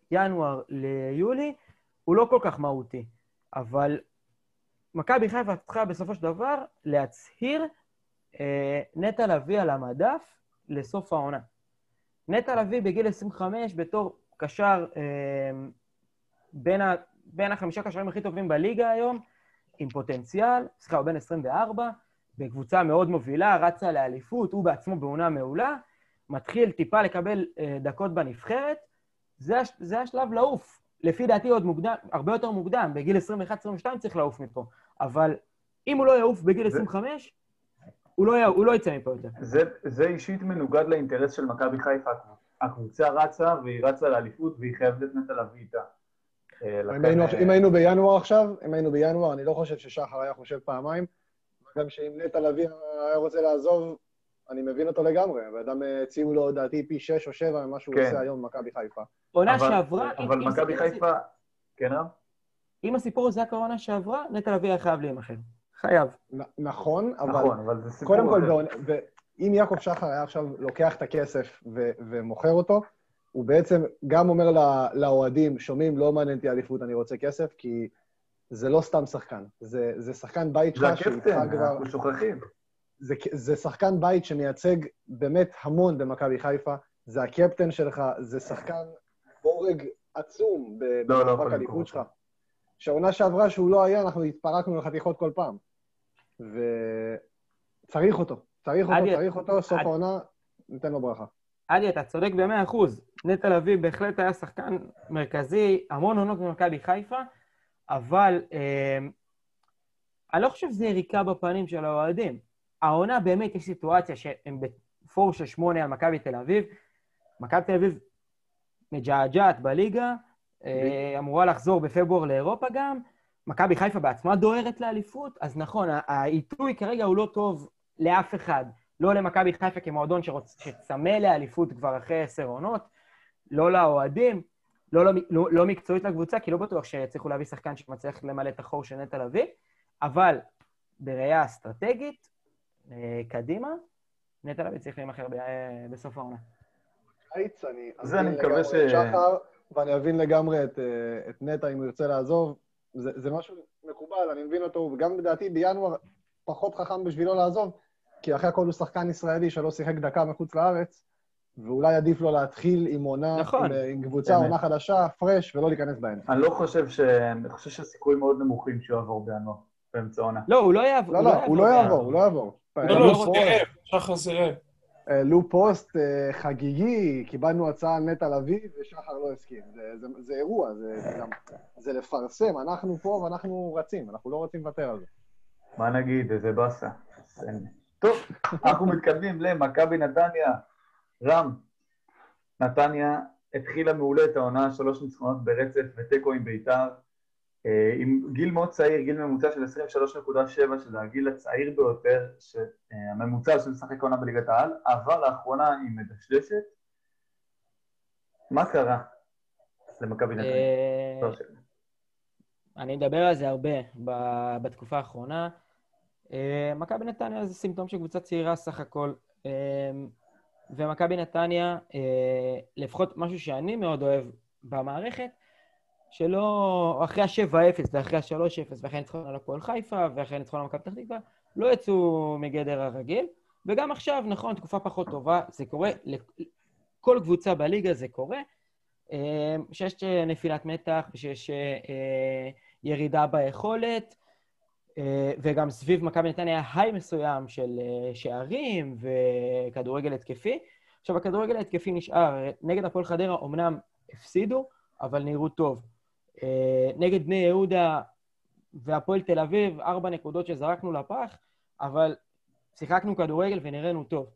ינואר ליולי, הוא לא כל כך מהותי. אבל מכבי חיפה צריכה בסופו של דבר להצהיר אה, נטע לביא על המדף לסוף העונה. נטע לביא בגיל עשרים וחמש בתור קשר אה, בין, ה, בין החמישה קשרים הכי טובים בליגה היום, עם פוטנציאל, סליחה, הוא בן עשרים וארבע, בקבוצה מאוד מובילה, רצה לאליפות, הוא בעצמו בעונה מעולה, מתחיל טיפה לקבל אה, דקות בנבחרת, זה, זה השלב לעוף. לפי דעתי עוד מוקדם, הרבה יותר מוקדם, בגיל עשרים ואחת עשרים ושתיים צריך לעוף מפה, אבל אם הוא לא יעוף בגיל עשרים וחמש, הוא לא, הוא לא יצא מפה יותר. זה, זה אישית מנוגד לאינטרס של מכבי חיפה. הקבוצה רצה והיא רצה לאליפות והיא חייבת את נטע לביא איתה. אם היינו, אם היינו בינואר עכשיו, אם היינו בינואר, אני לא חושב ששחר היה חושב פעמיים, גם שאם נטע לביא היה רוצה לעזוב, אני מבין אותו לגמרי, ואדם הציעו לו דעתי פי שש או שבע ממה שהוא כן. עושה היום במכבי חיפה. עונה שעברה... אבל מכבי חיפה... כן, רב? אם הסיפור הזה היה עונה שעברה, נטע לביא היה חייב להימכר. חייב. נכון, אבל... נכון, אבל זה סיפור קודם כל, אחר. אם יעקב שחר היה עכשיו לוקח את הכסף ומוכר אותו, הוא בעצם גם אומר לאוהדים, שומעים, לא מעניין אותי אליפות, אני רוצה כסף, כי זה לא סתם שחקן. זה, זה שחקן בית שלך שאיתך כבר... אנחנו שוכחים. זה, זה שחקן בית שמייצג באמת המון במכבי חיפה, זה הקפטן שלך, זה שחקן בורג עצום במאבק הליכוד שלך. שהעונה שעברה שהוא לא היה, אנחנו התפרקנו לחתיכות כל פעם. וצריך אותו, צריך אותו, צריך אותו, סוף העונה, ניתן לו ברכה. עדי, אתה צודק ב-מאה אחוז. נטע לביא בהחלט היה שחקן מרכזי, המון עונות במכבי חיפה, אבל אה, אני לא חושב שזה יריקה בפנים של האוהדים. העונה באמת יש סיטואציה שהם בפור של שמונה על מכבי תל אביב, מכבי תל אביב מג'עג'עת בליגה, אה, אמורה לחזור בפברואר לאירופה גם, מכבי חיפה בעצמה דוהרת לאליפות, אז נכון, העיתוי כרגע הוא לא טוב לאף אחד. לא למכבי חיפה כמועדון שרוצ... שצמא לאליפות כבר אחרי עשר עונות, לא לאוהדים, לא, לא, לא, לא מקצועית לקבוצה, כי לא בטוח שצריכו להביא שחקן שמצליח למלא את החור של נטע לביא, אבל בראייה אסטרטגית, קדימה, נטע לביא צריך להימכר ב... בסוף העונה. קיץ, אני זה אני מקווה ש... שחר, ואני אבין לגמרי את, את נטע אם הוא ירצה לעזוב, זה, זה משהו מקובל, אני מבין אותו, וגם בדעתי בינואר פחות חכם בשבילו לעזוב, כי אחרי הכל הוא שחקן ישראלי שלא שיחק דקה מחוץ לארץ, ואולי עדיף לו להתחיל עם עונה, נכון. עם, עם קבוצה, עונה חדשה, פרש, ולא להיכנס באמצע. אני לא חושב ש... אני חושב שהסיכויים מאוד נמוכים שהוא יעבור בינואר, באמצע עונה. לא, הוא לא יעבור. לא, לא, הוא לא יעבור, הוא לא יעבור. לא, לא, סירב, שחר סירב. העלו פוסט חגיגי, קיבלנו הצעה על נטע לביא, ושחר לא הסכים. זה אירוע, זה לפרסם, אנחנו פה ואנחנו רצים, אנחנו לא רוצים לוותר על זה. מה נגיד, איזה באסה. טוב, אנחנו מתקדמים למכבי נתניה. רם, נתניה התחילה מעולה את העונה, שלוש ניצחונות ברצף ותיקו עם ביתר, עם גיל מאוד צעיר, גיל ממוצע של עשרים ושלוש נקודה שבע, שזה הגיל הצעיר ביותר, הממוצע של משחק העונה בליגת העל, אבל לאחרונה היא מדשדשת. מה קרה למכבי נתניה? אני מדבר על זה הרבה בתקופה האחרונה. מכבי נתניה זה סימפטום של קבוצה צעירה סך הכל, ומכבי נתניה, לפחות משהו שאני מאוד אוהב במערכת, שלא, אחרי ה-שבע אפס ואחרי ה-שלוש אפס ואחרי ניצחון על הפועל חיפה ואחרי ניצחון על מכבי פתח תקווה, לא יצאו מגדר הרגיל, וגם עכשיו, נכון, תקופה פחות טובה, זה קורה, לכל קבוצה בליגה זה קורה, שיש נפילת מתח, שיש ירידה ביכולת, וגם סביב מכבי נתניה היי מסוים של שערים וכדורגל התקפי. עכשיו, הכדורגל התקפי נשאר, נגד הפועל חדרה אמנם הפסידו, אבל נראו טוב. נגד בני יהודה והפועל תל אביב, ארבע נקודות שזרקנו לפח, אבל שיחקנו כדורגל ונראינו טוב.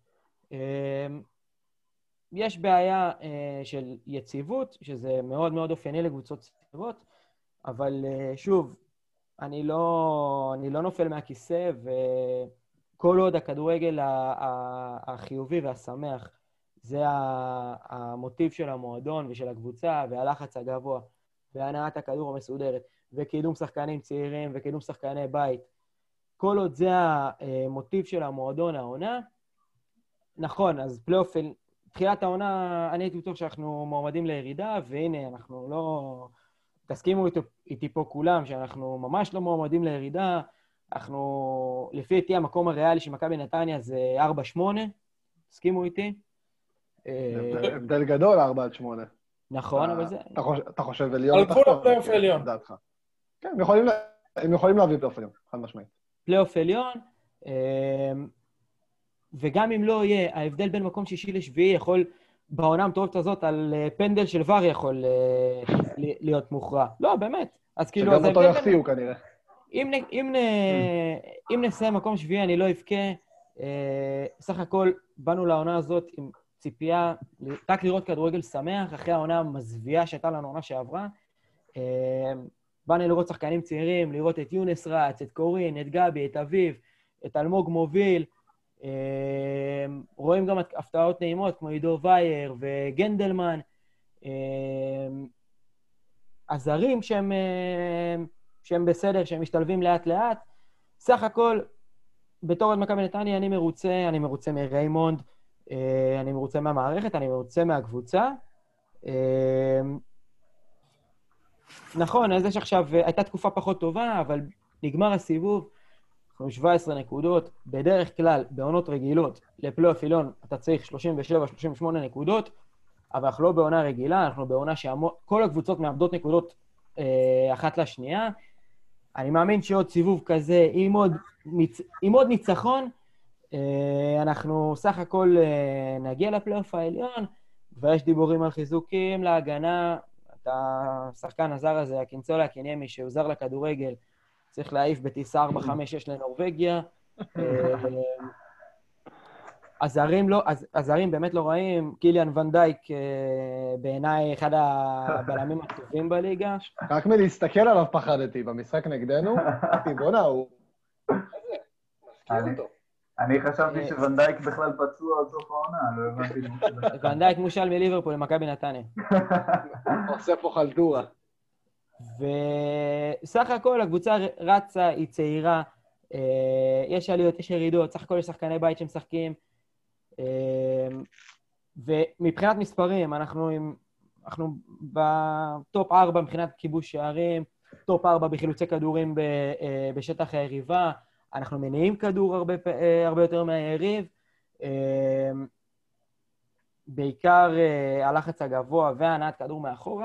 יש בעיה של יציבות, שזה מאוד מאוד אופייני לקבוצות צעירות, אבל שוב, אני לא, אני לא נופל מהכיסא, וכל עוד הכדורגל החיובי והשמח, זה המוטיב של המועדון ושל הקבוצה, והלחץ הגבוה, והנעת הכדור המסודרת, וקידום שחקנים צעירים, וקידום שחקני בית. כל עוד זה המוטיב של המועדון העונה, נכון, אז פלייאוף, תחילת העונה, אני הייתי בטוח שאנחנו מועמדים לירידה, והנה, אנחנו לא... תסכימו איתי, איתי פה כולם, שאנחנו ממש לא מועמדים לירידה, אנחנו, לפי איתי, המקום הריאלי של מכבי נתניה זה ארבע שמונה, תסכימו איתי? הבדל גדול, ארבע עד שמונה. נכון, אבל זה... אתה חושב עליון? על גבול הפלייאוף העליון. כן, הם יכולים להביא פלייאוף עליון, חד משמעית. פלייאוף עליון, וגם אם לא יהיה, ההבדל בין מקום שישי לשביעי יכול, בעונה המטורפת הזאת, על פנדל של ור יכול להיות מוכרע. לא, באמת. אז כאילו... שגם אותו יחפיאו כנראה. אם נסיים מקום שביעי, אני לא אבכה. סך הכל, באנו לעונה הזאת עם ציפייה, רק לראות כדורגל שמח, אחרי העונה המזוויעה שהייתה לנו עונה שעברה. באנו לראות שחקנים צעירים, לראות את יונס רץ, את קורין, את גבי, את אביב, את אלמוג מוביל. רואים גם הפתעות נעימות כמו עידו וייר וגנדלמן. הזרים שהם, שהם בסדר, שהם משתלבים לאט לאט. סך הכל, בתור עד מכבי נתניה אני מרוצה, אני מרוצה מריימונד, אני מרוצה מהמערכת, אני מרוצה מהקבוצה. נכון, אז יש עכשיו, הייתה תקופה פחות טובה, אבל נגמר הסיבוב, אנחנו שבע עשרה נקודות, בדרך כלל, בעונות רגילות, לפלייאוף עליון, אתה צריך שלושים ושבע שלושים ושמונה נקודות, אבל אנחנו לא בעונה רגילה, אנחנו בעונה שכל הקבוצות מאבדות נקודות אה, אחת לשנייה. אני מאמין שעוד סיבוב כזה, עם עוד, ניצ... עם עוד ניצחון, אה, אנחנו סך הכל אה, נגיע לפלייאוף העליון, ויש דיבורים על חיזוקים להגנה, אתה שחקן הזר הזה, הקינצולה הקניימי, שהוא זר לכדורגל, צריך להעיף בטיסה ארבע חמש שש לנורווגיה. הזרים לא, הזרים באמת לא רעים. קיליאן ונדייק בעיניי אחד הבלמים הטובים בליגה. רק מלהסתכל עליו פחדתי במשחק נגדנו, אמרתי בונה, הוא... אני חשבתי שוונדייק בכלל פצוע עד סוף העונה, לא הבנתי. ונדייק מושל מליברפול למכבי נתניה. עושה פה חלטורה. וסך הכל הקבוצה רצה, היא צעירה, יש עליות, יש ירידות, סך הכל יש שחקני בית שמשחקים, ומבחינת מספרים, אנחנו, עם, אנחנו בטופ ארבע מבחינת כיבוש שערים, טופ ארבע בחילוצי כדורים בשטח היריבה, אנחנו מניעים כדור הרבה, הרבה יותר מהיריב, בעיקר הלחץ הגבוה והנעת כדור מאחורה,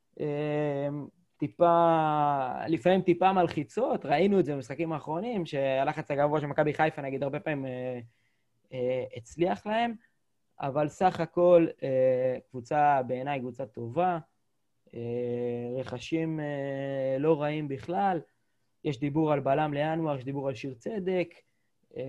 טיפה, לפעמים טיפה מלחיצות, ראינו את זה במשחקים האחרונים, שהלחץ הגבוה של מכבי חיפה, נגיד, הרבה פעמים אה, אה, הצליח להם, אבל סך הכל אה, קבוצה, בעיניי, קבוצה טובה, אה, רכשים אה, לא רעים בכלל, יש דיבור על בלם לינואר, יש דיבור על שיר צדק, אה,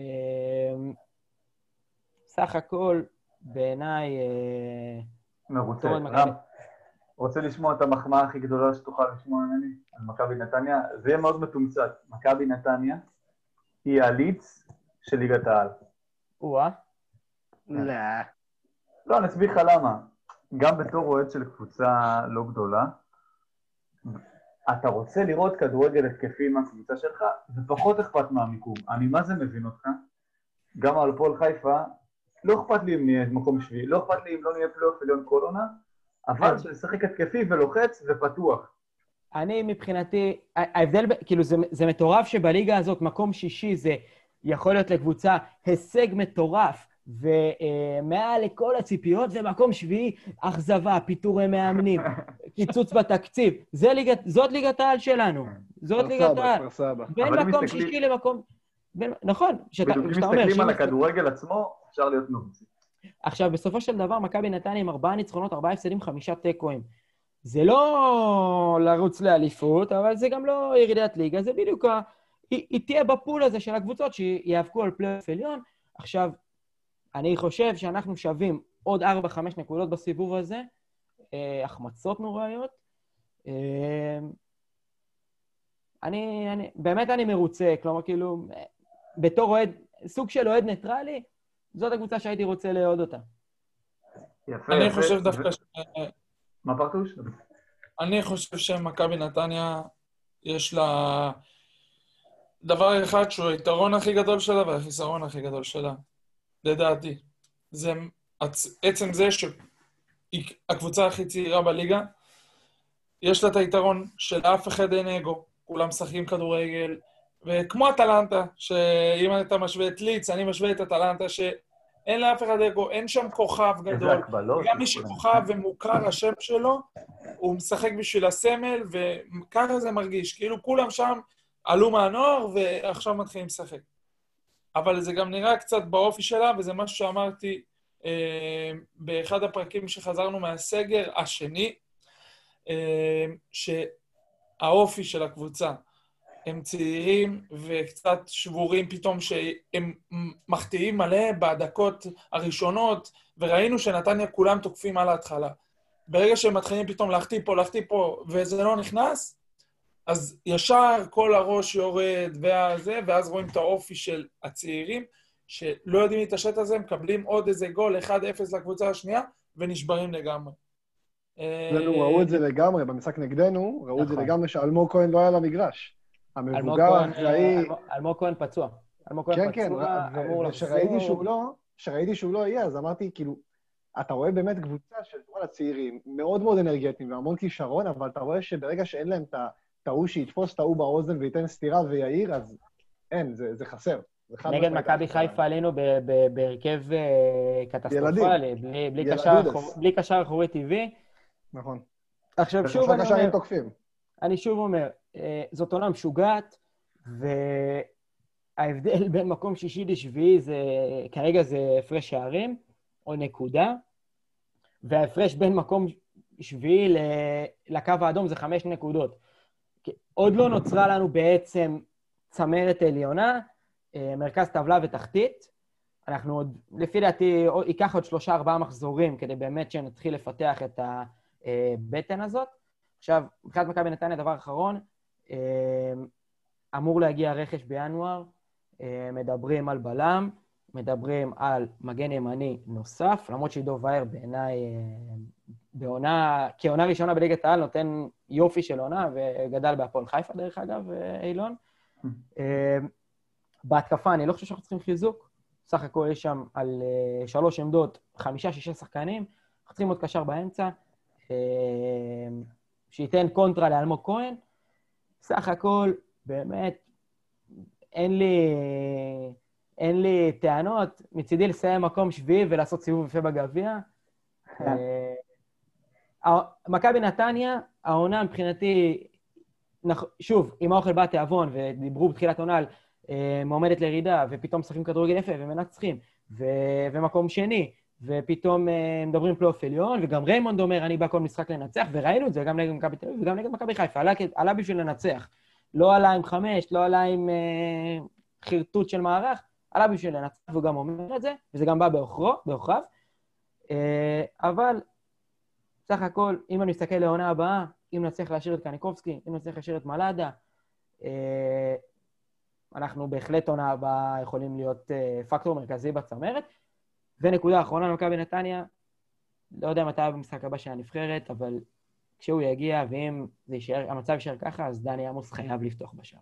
סך הכל, בעיניי, אה, מרוצה. רם, רוצה לשמוע את המחמאה הכי גדולה שתוכל לשמוע ממני על מכבי נתניה? זה יהיה מאוד מתומצת. מכבי נתניה היא הליץ של ליגת העל. וואה. לא. לא, אני אסביר לך למה. גם בתור אוהד של קבוצה לא גדולה, אתה רוצה לראות כדורגל התקפי מהקבוצה שלך, ופחות אכפת מהמיקום. אני מה זה מבין אותך? גם על הפועל חיפה, לא אכפת לי אם נהיה מקום שביעי, לא אכפת לי אם לא נהיה פלייאוף עליון כל עונה, אבל לשחק התקפי ולוחץ ופתוח. אני מבחינתי, ההבדל, כאילו זה, זה מטורף שבליגה הזאת מקום שישי זה יכול להיות לקבוצה הישג מטורף, ומעל לכל הציפיות, ומקום שביעי, אכזבה, פיטורי מאמנים, קיצוץ בתקציב. זה ליגת, זאת ליגת העל שלנו. זאת ליגת העל. בין מקום שישי למקום... בין, נכון. בדיוק, אם מסתכלים על הכדורגל עצמו, אפשר להיות נובצי. עכשיו, בסופו של דבר, מכבי נתניה עם ארבעה ניצחונות, ארבעה הפסדים, חמישה תיקואים. זה לא לרוץ לאליפות, אבל זה גם לא ירידת ליגה, זה בדיוק, היא, היא תהיה בפול הזה של הקבוצות שיאבקו על פלייאוף עליון. עכשיו, אני חושב שאנחנו שווים עוד ארבע חמש נקודות בסיבוב הזה, אה, החמצות נוראיות. אה, אני, אני, באמת אני מרוצה, כלומר, כאילו, בתור אוהד, סוג של אוהד ניטרלי, זאת הקבוצה שהייתי רוצה לאהוד אותה. יפה. אני חושב דווקא ש... מה פרטוש? אני חושב שמכבי נתניה יש לה דבר אחד שהוא היתרון הכי גדול שלה והחיסרון הכי גדול שלה, לדעתי. זה עצם זה שהקבוצה הכי צעירה בליגה, יש לה את היתרון של אף אחד אין אגו, כולם משחקים כדורגל, וכמו אטלנטה, שאם אתה משווה את ליץ, אני משווה את אטלנטה, שאין לאף אחד אגו, אין שם כוכב גדול, גם מי שכוכב ומוכר השם שלו, הוא משחק בשביל הסמל, וככה זה מרגיש, כאילו כולם שם עלו מהנוער, ועכשיו מתחילים לשחק. אבל זה גם נראה קצת באופי שלה, וזה משהו שאמרתי אה, באחד הפרקים שחזרנו מהסגר השני, אה, שהאופי של הקבוצה, הם צעירים וקצת שבורים פתאום שהם מחטיאים מלא בדקות הראשונות, וראינו שנתניה כולם תוקפים על ההתחלה. ברגע שהם מתחילים פתאום להחטיא פה, להחטיא פה, וזה לא נכנס, אז ישר כל הראש יורד והזה, ואז רואים את האופי של הצעירים, שלא יודעים להתעשת על זה, מקבלים עוד איזה גול, אחד אפס לקבוצה השנייה, ונשברים לגמרי. לנו ראו את זה לגמרי, במשחק נגדנו, ראו את זה לגמרי שאלמוג כהן לא היה למגרש. המבוגר האחראי... אלמוג כהן פצוע. אלמוג כהן פצוע, אמור לחזור. כשראיתי שהוא לא יהיה, אז אמרתי, כאילו, אתה רואה באמת קבוצה של הצעירים, מאוד מאוד אנרגטיים והמון כישרון, אבל אתה רואה שברגע שאין להם את ההוא שיתפוס את ההוא באוזן וייתן סתירה ויעיר, אז אין, זה חסר. נגד מכבי חיפה עלינו בהרכב קטסטרופלי, בלי קשר אחורי טבעי. נכון. עכשיו שוב אני אומר, אני שוב אומר, זאת עונה משוגעת, וההבדל בין מקום שישי לשביעי זה, כרגע זה הפרש שערים, או נקודה, וההפרש בין מקום שביעי לקו האדום זה חמש נקודות. עוד לא נוצרה לנו בעצם צמרת עליונה, מרכז טבלה ותחתית. אנחנו עוד, לפי דעתי, ייקח עוד שלושה ארבעה מחזורים כדי באמת שנתחיל לפתח את הבטן הזאת. עכשיו, מבחינת מכבי נתניה, דבר אחרון, אמור להגיע רכש בינואר, מדברים על בלם, מדברים על מגן ימני נוסף, למרות שעידו וייר בעיניי, בעונה, כעונה ראשונה בליגת העל, נותן יופי של עונה, וגדל בהפועל חיפה דרך אגב, אילון. בהתקפה אני לא חושב שאנחנו צריכים חיזוק, סך הכל יש שם על שלוש עמדות, חמישה, שישה שחקנים, אנחנו צריכים עוד קשר באמצע, שייתן קונטרה לאלמוג כהן, סך הכל באמת אין לי... אין לי טענות, מצידי לסיים מקום שביעי ולעשות סיבוב יפה בגביע. מכבי נתניה, העונה מבחינתי, שוב, עם האוכל בא תיאבון, ודיברו בתחילת עונה על מועמדת לירידה, ופתאום משחקים כדורגל יפה ומנצחים, ומקום שני, ופתאום מדברים פלייאוף עליון, וגם ריימונד אומר, אני בא כל משחק לנצח, וראינו את זה גם נגד מכבי תל אביב וגם נגד מכבי חיפה, עלה בשביל לנצח. לא עלה עם חמש, לא עלה עם חרטוט של מערך, עלה בשביל לנצח, והוא גם אומר את זה, וזה גם בא באוכריו. אבל, סך הכל, אם אני מסתכל לעונה הבאה, אם נצליח להשאיר את קניקובסקי, אם נצליח להשאיר את מלאדה, אנחנו בהחלט עונה הבאה יכולים להיות פקטור מרכזי בצמרת. ונקודה האחרונה למכבי נתניה, לא יודע מתי במשחק הבא של הנבחרת, אבל כשהוא יגיע, ואם זה יישאר, המצב יישאר ככה, אז דני עמוס חייב לפתוח בשער.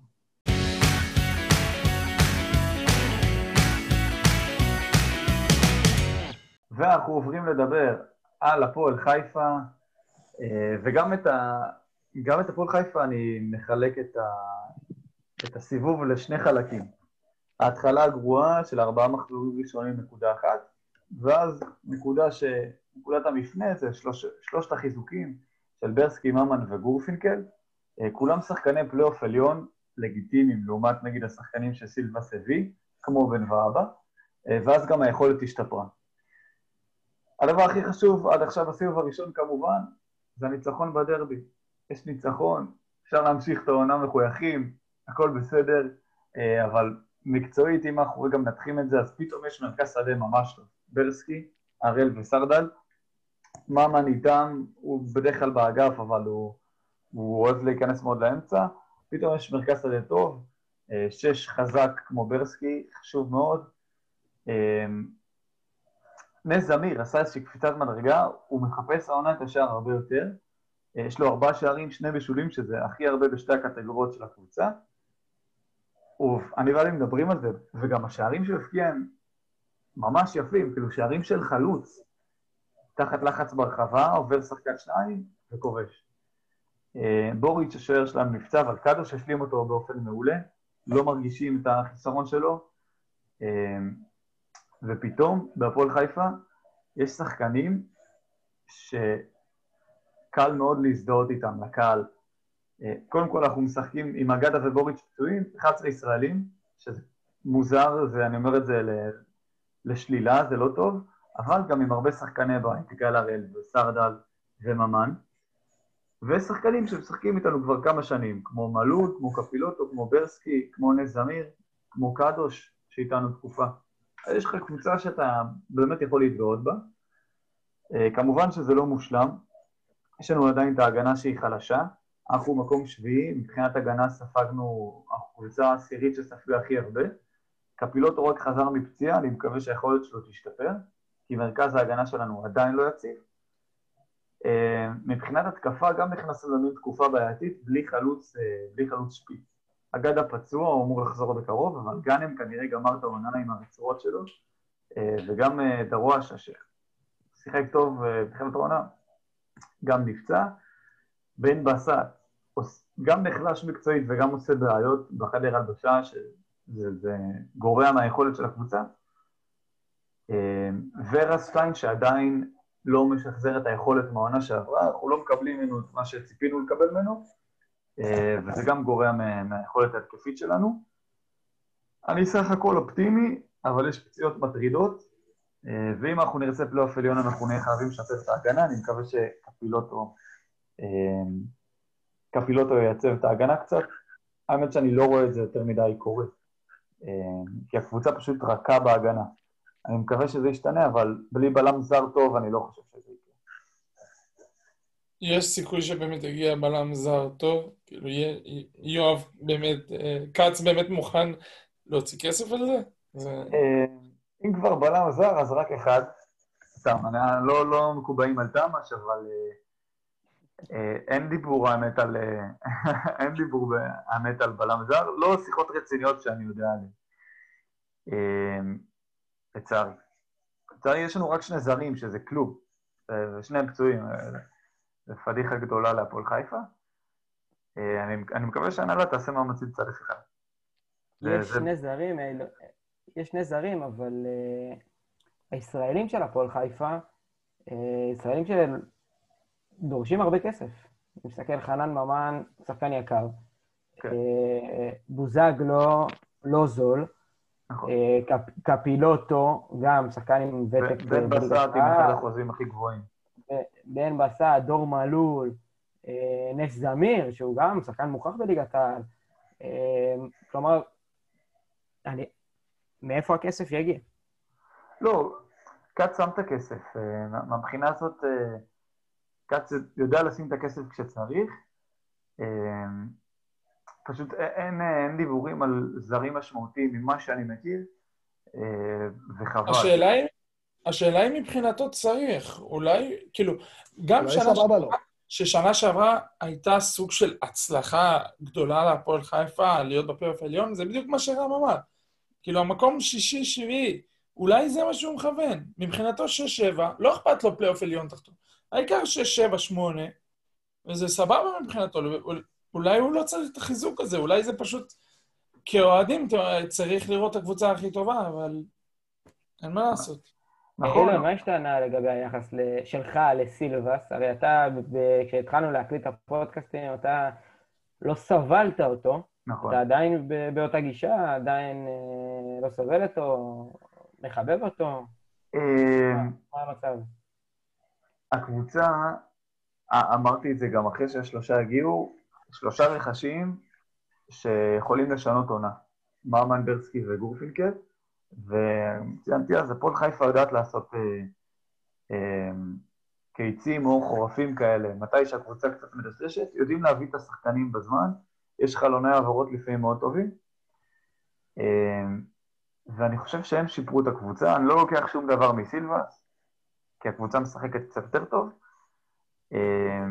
ואנחנו עוברים לדבר על הפועל חיפה, וגם את, ה... גם את הפועל חיפה אני מחלק את, ה... את הסיבוב לשני חלקים. ההתחלה הגרועה של ארבעה מחזורים ראשונים נקודה אחת, ואז נקודה ש... נקודת המפנה זה שלוש... שלושת החיזוקים של ברסקי, ממן וגורפינקל. כולם שחקני פלייאוף עליון לגיטימיים, לעומת נגיד השחקנים של סילבה סבי, כמו בן ואבא, ואז גם היכולת השתפרה. הדבר הכי חשוב עד עכשיו בסיבוב הראשון כמובן, זה הניצחון בדרבי. יש ניצחון, אפשר להמשיך את העונה מחויכים, הכל בסדר, אבל מקצועית, אם אנחנו גם נתחים את זה, אז פתאום יש מרכז שדה ממש טוב. ברסקי, הראל וסרדל, ממן איתם, הוא בדרך כלל באגף, אבל הוא, הוא אוהב להיכנס מאוד לאמצע, פתאום יש מרכז שדה טוב, שש חזק כמו ברסקי, חשוב מאוד. נס זמיר עשה איזושהי קפיצת מדרגה, הוא מחפש העונה את השער הרבה יותר, יש לו ארבעה שערים, שני בישולים, שזה הכי הרבה בשתי הקטגוריות של הקבוצה. אני ואלי מדברים על זה, וגם השערים שהפקיע הם ממש יפים, כאילו שערים של חלוץ, תחת לחץ ברחבה, עובר שחקן שניים וכובש. בוריץ' השוער שלנו נפצע, אבל קדוש השלים אותו באופן מעולה, לא מרגישים את החיסרון שלו, ופתאום בהפועל חיפה יש שחקנים שקל מאוד להזדהות איתם, לקהל. קודם כל אנחנו משחקים עם אגדה ובוריץ' פצועים, אחד עשר ישראלים, שזה מוזר, ואני אומר את זה לשלילה, זה לא טוב, אבל גם עם הרבה שחקני בית, יגאל הראל וסרדל וממן, ושחקנים שמשחקים איתנו כבר כמה שנים, כמו מלול, כמו קפילוטו, כמו ברסקי, כמו נס זמיר, כמו קדוש, שאיתנו תקופה. אז יש לך קבוצה שאתה באמת יכול להתגאות בה. כמובן שזה לא מושלם, יש לנו עדיין את ההגנה שהיא חלשה, אנחנו מקום שביעי, מבחינת הגנה ספגנו, הקבוצה העשירית שספגה הכי הרבה, קפילוטו רק חזר מפציעה, אני מקווה שהיכולת שלו תשתפר, כי מרכז ההגנה שלנו עדיין לא יציב. מבחינת התקפה גם נכנסנו למין תקופה בעייתית, בלי חלוץ, בלי חלוץ שפיץ. אגדה פצוע, הוא אמור לחזור בקרוב, אבל גאנם כנראה גמר את העונה עם הרצועות שלו, וגם דרואש, ששיחק טוב בתחילת העונה, גם נפצע. בן בסט, גם נחלש מקצועית וגם עושה בעיות בחדר הלבשה, שזה גורע מהיכולת של הקבוצה. ורה שטיין שעדיין לא משחזר את היכולת מהעונה שעברה, אנחנו לא מקבלים ממנו את מה שציפינו לקבל ממנו, וזה גם גורע מהיכולת ההתקפית שלנו. אני סך הכל אופטימי, אבל יש פציעות מטרידות, ואם אנחנו נרצה פלייאוף עליון אנחנו נהיה חייבים לשפר את ההגנה, אני מקווה שקפילוטו קפילוטו ייצב את ההגנה קצת. האמת שאני לא רואה את זה יותר מדי קורה, כי הקבוצה פשוט רכה בהגנה. אני מקווה שזה ישתנה, אבל בלי בלם זר טוב אני לא חושב שזה יקרה. יש סיכוי שבאמת יגיע בלם זר טוב? כאילו, יואב באמת, קאץ באמת מוכן להוציא כסף על זה? אם כבר בלם זר, אז רק אחד. סתם, אני לא מקובעים על תמש, אבל אין דיבור האמת על אין דיבור האמת על בלם זר, לא שיחות רציניות שאני יודע עליהן. לצערי. לצערי יש לנו רק שני זרים, שזה כלום, ושניהם פצועים, זה פדיחה גדולה להפועל חיפה. אני, אני מקווה שהנהלה תעשה מאמצים צד אחד. יש שני זרים, יש שני זרים, אבל הישראלים של הפועל חיפה, ישראלים שדורשים הרבה כסף. אני מסתכל חנן ממן, שחקן יקר. בוזגלו, לא זול. קפילוטו, גם שחקן עם ותק... בן בסט עם אחד החוזים הכי גבוהים. בן בסט, דור מלול, נס זמיר, שהוא גם שחקן מוכח בליגת העל. כלומר, מאיפה הכסף יגיע? לא, קאץ שם את הכסף. מהבחינה הזאת, קאץ יודע לשים את הכסף כשצריך. פשוט אין, אין דיבורים על זרים משמעותיים ממה שאני מכיר, וחבל. השאלה היא, השאלה היא מבחינתו צריך, אולי, כאילו, גם שנה שעברה, ששנה שעברה הייתה סוג של הצלחה גדולה להפועל חיפה, להיות בפלייאוף העליון, זה בדיוק מה שרם אמר. כאילו, המקום שישי, שביעי, אולי זה מה שהוא מכוון. מבחינתו שש שבע, לא אכפת לו פלייאוף עליון תחתון. העיקר שש שבע שמונה, וזה סבבה מבחינתו, אולי הוא לא צריך את החיזוק הזה, אולי זה פשוט כאוהדים צריך לראות את הקבוצה הכי טובה, אבל אין מה לעשות. נכון. אילון, מה השתנה לגבי היחס שלך לסילבס? הרי אתה, כשהתחלנו להקליט את הפודקאסטים, אתה לא סבלת אותו, אתה עדיין באותה גישה, עדיין לא סובל אותו, מחבב אותו. מה המצב? הקבוצה, אמרתי את זה גם אחרי שהשלושה הגיעו, שלושה רכשים שיכולים לשנות עונה. מרמן, ברסקי וגורפינקט, וציינתי אז, הפועל חיפה יודעת לעשות אה, אה, קיצים או חורפים כאלה. מתי שהקבוצה קצת מדשדשת, יודעים להביא את השחקנים בזמן, יש חלוני העברות לפעמים מאוד טובים, אה, ואני חושב שהם שיפרו את הקבוצה. אני לא לוקח שום דבר מסילבס, כי הקבוצה משחקת קצת יותר טוב. אה,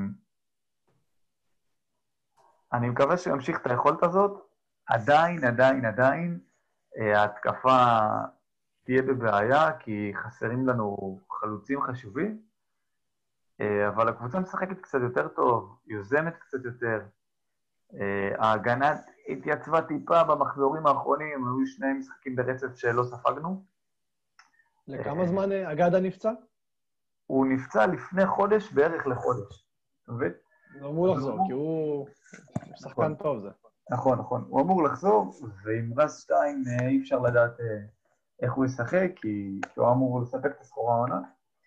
אני מקווה שימשיך את היכולת הזאת, עדיין, עדיין, עדיין, ההתקפה תהיה בבעיה, כי חסרים לנו חלוצים חשובים, אבל הקבוצה משחקת קצת יותר טוב, יוזמת קצת יותר. ההגנה התייצבה טיפה במחזורים האחרונים, היו שני משחקים ברצף שלא ספגנו. לכמה זמן אגדה נפצע? הוא נפצע לפני חודש, בערך לחודש. אתה מבין? הוא אמור לחזור, כי הוא שחקן טוב זה. נכון, נכון. הוא אמור לחזור, ועם רז שטיין אי אפשר לדעת איך הוא ישחק, כי הוא אמור לספק את הסחורה העונה.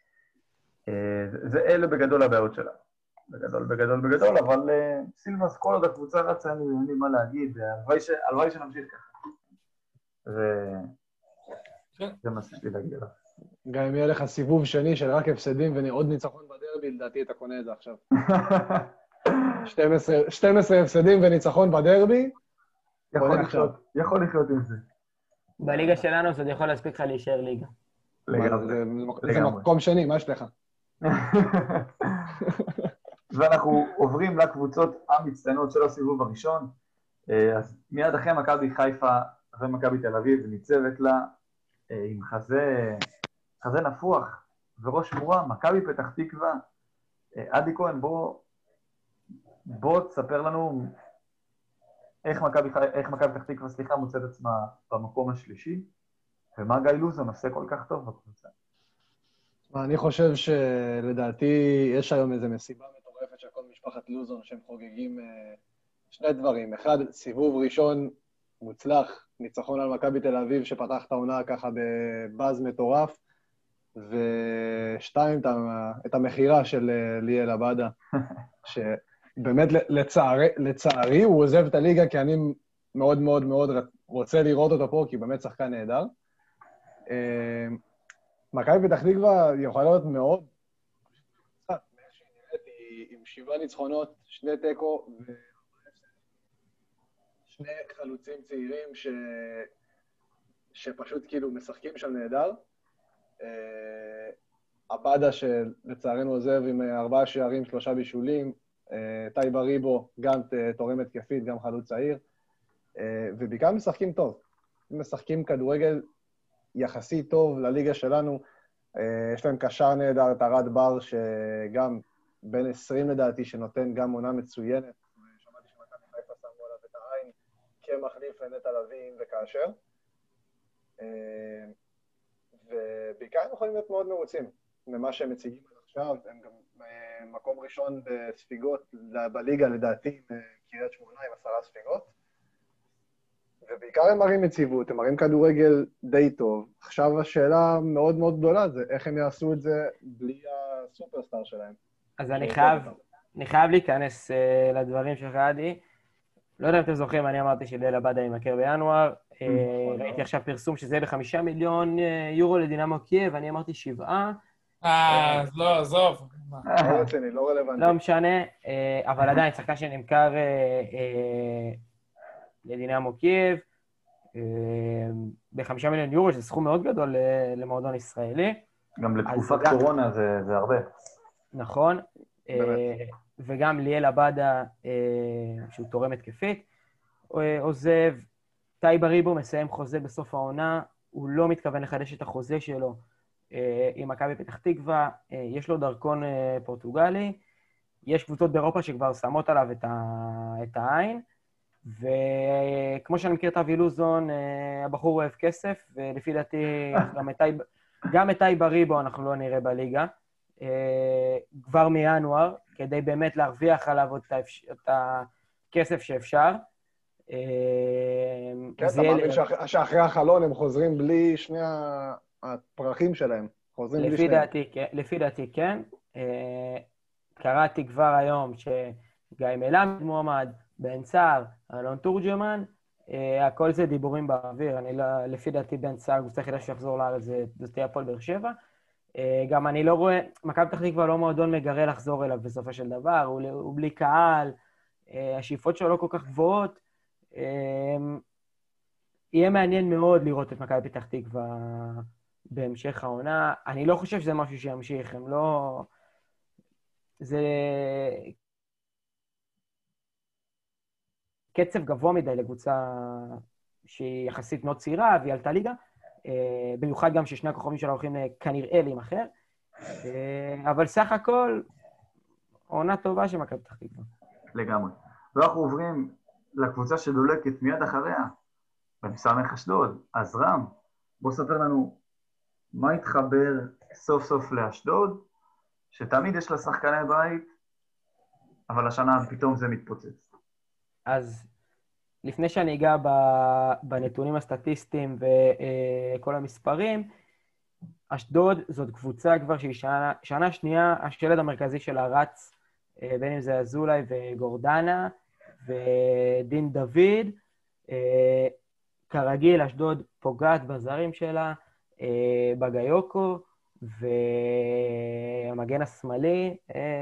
זה אלה בגדול הבעיות שלה. בגדול, בגדול, בגדול, אבל סילבס, כל עוד הקבוצה רצה, אין לי מה להגיד, הלוואי שנמשיך ככה. זה מה שיש לי להגיד עליו. גם אם יהיה לך סיבוב שני של רק הפסדים ועוד ניצחון בדרבי, לדעתי אתה קונה את זה עכשיו. שתים עשרה הפסדים וניצחון בדרבי, יכול לחיות עם זה. בליגה שלנו זה יכול להספיק לך להישאר ליגה. זה מקום שני, מה יש לך? ואנחנו עוברים לקבוצות המצטיינות של הסיבוב הראשון, אז מיד אחרי מכבי חיפה ומכבי תל אביב ניצבת לה עם חזה, חזה נפוח וראש מורה, מכבי פתח תקווה. עדי כהן, בוא, בוא תספר לנו איך מכבי, איך מכבי פתח תקווה, סליחה, מוצאת עצמה במקום השלישי, ומה גיא לוזון עושה כל כך טוב בקבוצה. אני חושב שלדעתי יש היום איזו מסיבה מטורפת של כל משפחת לוזון שהם חוגגים שני דברים. אחד, סיבוב ראשון מוצלח, ניצחון על מכבי תל אביב שפתח את העונה ככה בבאז מטורף, ושתיים, את המחירה של ליאל עבדה, שבאמת לצערי, לצערי הוא עוזב את הליגה, כי אני מאוד מאוד מאוד רוצה לראות אותו פה, כי הוא באמת שחקן נהדר. מכבי פתח תקווה יכולה להיות מאוד, עם שבעה ניצחונות, שני טקו, ושני חלוצים צעירים ש... שפשוט כאילו משחקים שם נהדר. עבדה שלצערנו עוזב עם ארבעה שערים, שלושה בישולים, טייבה ריבו, גם תורם התקפית, גם חלוץ צעיר, ובעיקר משחקים טוב. משחקים כדורגל יחסית טוב לליגה שלנו. יש להם קשר נהדר, את ארד בר, שגם בין עשרים לדעתי, שנותן גם עונה מצוינת. שמעתי שמכבי חיפה שמו עליו את העין, כמחליף לנטע לביא וכאשר. ובעיקר הם יכולים להיות מאוד מרוצים ממה שהם מציגים עד עכשיו. הם גם מקום ראשון בספיגות בליגה, לדעתי, קריית שמונה עם עשרה ספיגות. ובעיקר הם מראים יציבות, הם מראים כדורגל די טוב. עכשיו השאלה מאוד מאוד גדולה זה איך הם יעשו את זה בלי הסופרסטאר שלהם. אז אני חייב, אני חייב להיכנס uh, לדברים שלך, עדי. לא יודע אם אתם זוכרים, אני אמרתי שליאל עבדה יימכר בינואר. uh, ראיתי עכשיו פרסום שזה יהיה בחמישה מיליון יורו לדינמו קייב, אני אמרתי שבעה. אה, אז לא, עזוב. לא רציני, לא רלוונטי. לא משנה, אבל עדיין, שחקן שנמכר לדינמו קייב, בחמישה מיליון יורו, שזה סכום מאוד גדול למועדון ישראלי. גם לתקופת קורונה זה הרבה. נכון. וגם ליאל עבדה, שהוא תורם התקפית, עוזב. טייבה ריבו מסיים חוזה בסוף העונה, הוא לא מתכוון לחדש את החוזה שלו עם מכבי פתח תקווה, יש לו דרכון פורטוגלי, יש קבוצות באירופה שכבר שמות עליו את, ה... את העין, וכמו שאני מכיר את אבי לוזון, הבחור אוהב כסף, ולפי דעתי גם את, טייב... גם את טייבה ריבו אנחנו לא נראה בליגה, כבר מינואר, כדי באמת להרוויח עליו את, האפש... את הכסף שאפשר. כן, אתה מאמין שאחרי החלון הם חוזרים בלי שני הפרחים שלהם. לפי דעתי, לפי דעתי כן. קראתי כבר היום שגיא מלמד מועמד, בן סער, אלון תורג'מן, הכל זה דיבורים באוויר. אני לא, לפי דעתי בן סער, הוא צריך לדעת שיחזור לארץ, זה תהיה הפועל באר שבע. גם אני לא רואה, מכבי פתח תקווה לא מועדון מגרה לחזור אליו בסופו של דבר, הוא, הוא בלי קהל, השאיפות שלו לא כל כך גבוהות. יהיה מעניין מאוד לראות את מכבי פתח תקווה בהמשך העונה. אני לא חושב שזה משהו שימשיך, הם לא... זה... קצב גבוה מדי לקבוצה שהיא יחסית מאוד צעירה, והיא עלתה ליגה, במיוחד גם ששני הכוכבים שלה הולכים כנראה להימכר, אבל סך הכל עונה טובה של מכבי פתח תקווה. לגמרי. ואנחנו עוברים לקבוצה שדולקת מיד אחריה, במסמך אשדוד. אז רם, בוא ספר לנו מה התחבר סוף סוף לאשדוד, שתמיד יש לה שחקני בית, אבל השנה פתאום זה מתפוצץ. אז לפני שאני אגע בנתונים הסטטיסטיים וכל המספרים, אשדוד זאת קבוצה כבר שהיא שנה, שנה שנייה, השלד המרכזי שלה רץ, בין אם זה אזולאי וגורדנה ודין דוד. כרגיל, אשדוד פוגעת בזרים שלה, בגיוקו, והמגן השמאלי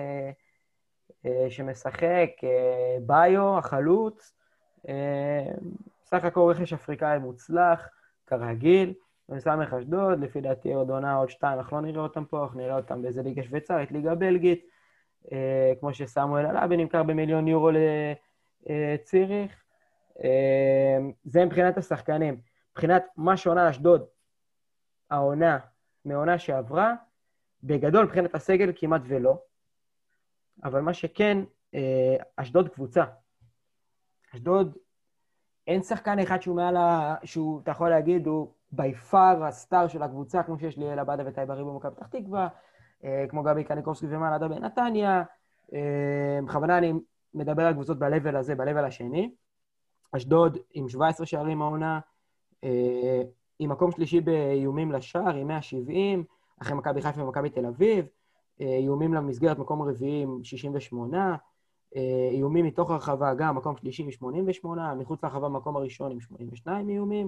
שמשחק, ביו, החלוץ, סך הכל רכש אפריקאי מוצלח, כרגיל. מסמך אשדוד, לפי דעתי עוד עונה, עוד שתיים, אנחנו לא נראה אותם פה, אנחנו נראה אותם באיזה ליגה שוויצרית, ליגה בלגית, אה, כמו שסמואל אלאבי נמכר במיליון יורו לציריך. אה, זה מבחינת השחקנים. מבחינת מה שעונה אשדוד, העונה מעונה שעברה, בגדול מבחינת הסגל כמעט ולא, אבל מה שכן, אה, אשדוד קבוצה. אשדוד, אין שחקן אחד שהוא מעל ה... שהוא, אתה יכול להגיד, הוא ביפר הסטאר של הקבוצה, כמו שיש לי אלה בדה וטייב אריבו במכבי פתח תקווה, כמו גבי קניקובסקי ומעלדה בנתניה. בכוונה אני מדבר על קבוצות בלבל הזה, בלבל השני. אשדוד עם שבע עשרה שערים העונה, עם מקום שלישי באיומים לשער, עם מאה שבעים, אחרי מכבי חיפה ומכבי תל אביב, איומים למסגרת מקום רביעי עם שישים ושמונה, איומים מתוך הרחבה גם מקום שלישי עם שמונים ושמונה, מחוץ לרחבה מקום הראשון עם שמונים ושניים איומים,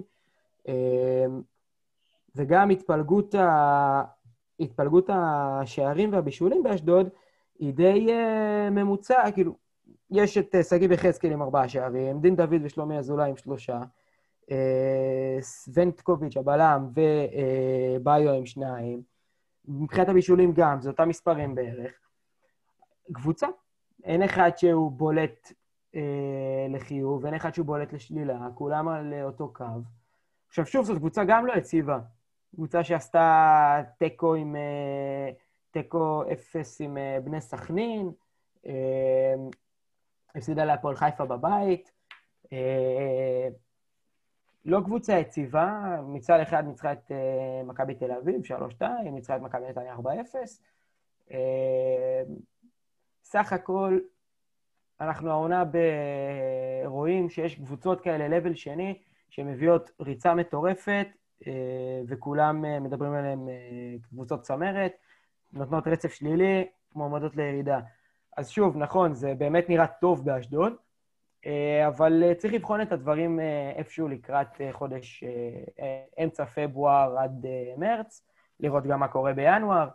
וגם התפלגות, ה... התפלגות השערים והבישולים באשדוד היא די ממוצע, כאילו, יש את סגיב יחזקאל עם ארבעה שערים, דין דוד ושלומי אזולאי עם שלושה, סוונטקוביץ' הבלם וביו עם שניים, מבחינת הבישולים גם, זה אותם מספרים בערך. קבוצה, אין אחד שהוא בולט אה, לחיוב, אין אחד שהוא בולט לשלילה, כולם על אותו קו. עכשיו שוב, זאת קבוצה גם לא יציבה. קבוצה שעשתה טקו עם, אה, טקו אפס עם אה, בני סכנין, אה, הפסידה להפועל חיפה בבית, אה, לא קבוצה יציבה, מצד אחד ניצחה את אה, מכבי תל אביב, שלוש שתיים, ניצחה את מכבי נתניה ארבע אפס, אה, סך הכל, אנחנו העונה רואים שיש קבוצות כאלה לבל שני, שמביאות ריצה מטורפת, וכולם מדברים עליהם קבוצות צמרת, נותנות רצף שלילי, מועמדות לירידה. אז שוב, נכון, זה באמת נראה טוב באשדוד, אבל צריך לבחון את הדברים איפשהו לקראת חודש אמצע פברואר עד מרץ, לראות גם מה קורה בינואר,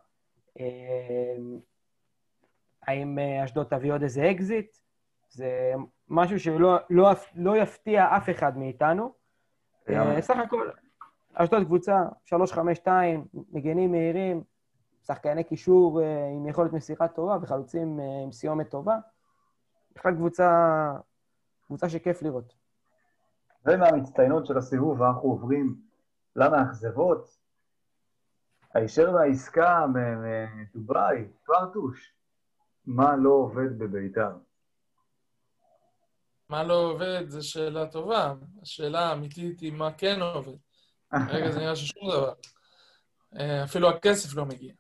האם אשדוד תביא עוד איזה אקזיט, זה משהו שלא לא, לא יפתיע אף אחד מאיתנו. סך הכל, אשדוד קבוצה, שלוש חמש שתיים, מגנים מהירים, שחקני קישור עם יכולת מסירה טובה, וחלוצים עם סיומת טובה. בכלל קבוצה, קבוצה שכיף לראות. ומהמצטיינות של הסיבוב, אנחנו עוברים למאכזבות. הישר והעסקה מדובאי, פרטוש. מה לא עובד בביתר? מה לא עובד? זו שאלה טובה. השאלה האמיתית היא מה כן עובד. רגע, זה נראה ששום דבר. אפילו הכסף לא מגיע.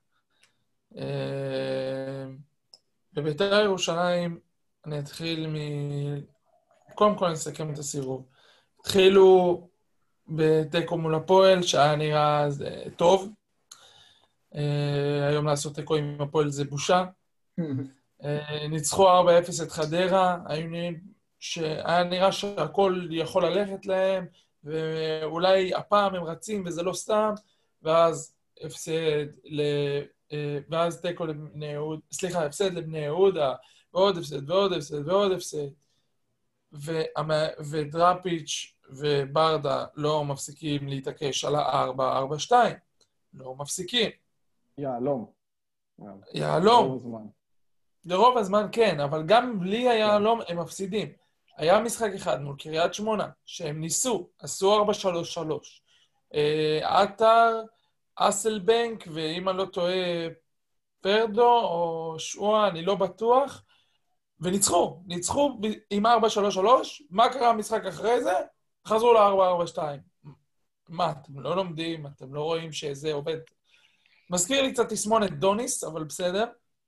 בביתר ירושלים, אני אתחיל מ... קודם כל נסכם את הסיבוב. התחילו בטקו מול הפועל, שהיה נראה טוב. היום לעשות טקו עם הפועל זה בושה. ניצחו ארבע אפס את חדרה, היה נראה שהכל יכול ללכת להם, ואולי הפעם הם רצים וזה לא סתם, ואז הפסד ל... ואז טקו לבני יהודה, סליחה, הפסד לבני יהודה, ועוד הפסד ועוד הפסד ועוד הפסד, ודראפיץ' וברדה לא מפסיקים להתעקש על ה-ארבע ארבע שתיים, לא מפסיקים. יעלום. יעלום. לרוב הזמן כן, אבל גם בלי היעלום הם מפסידים. היה משחק אחד מול קריית שמונה, שהם ניסו, עשו ארבע שלוש שלוש. עטר, אסלבנק, ואם אני לא טועה, פרדו או שואה, אני לא בטוח, וניצחו, ניצחו ב- עם ארבע שלוש שלוש, מה קרה במשחק אחרי זה? חזרו ל-ארבע ארבע שתיים. מה, אתם לא לומדים, אתם לא רואים שזה עובד? מזכיר לי קצת תסמונת דוניס, אבל בסדר.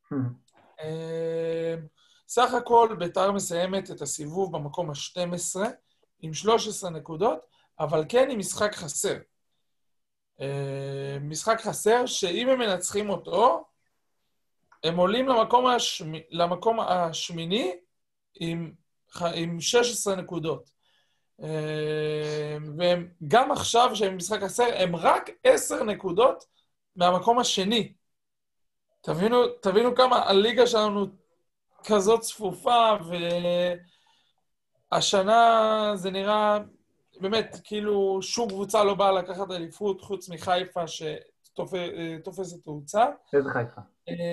אה, סך הכל בית"ר מסיימת את הסיבוב במקום ה-שתים עשרה, עם שלוש עשרה נקודות, אבל כן עם משחק חסר. אה, משחק חסר שאם הם מנצחים אותו, הם עולים למקום, השמ... למקום השמיני עם, עם שש עשרה נקודות. אה, והם גם עכשיו שהם משחק חסר, הם רק עשר נקודות מהמקום השני. תבינו, תבינו כמה הליגה שלנו כזאת צפופה, והשנה זה נראה, באמת, כאילו שום קבוצה לא באה לקחת אליפות, חוץ מחיפה שתופסת תאוצה. איזה חיפה?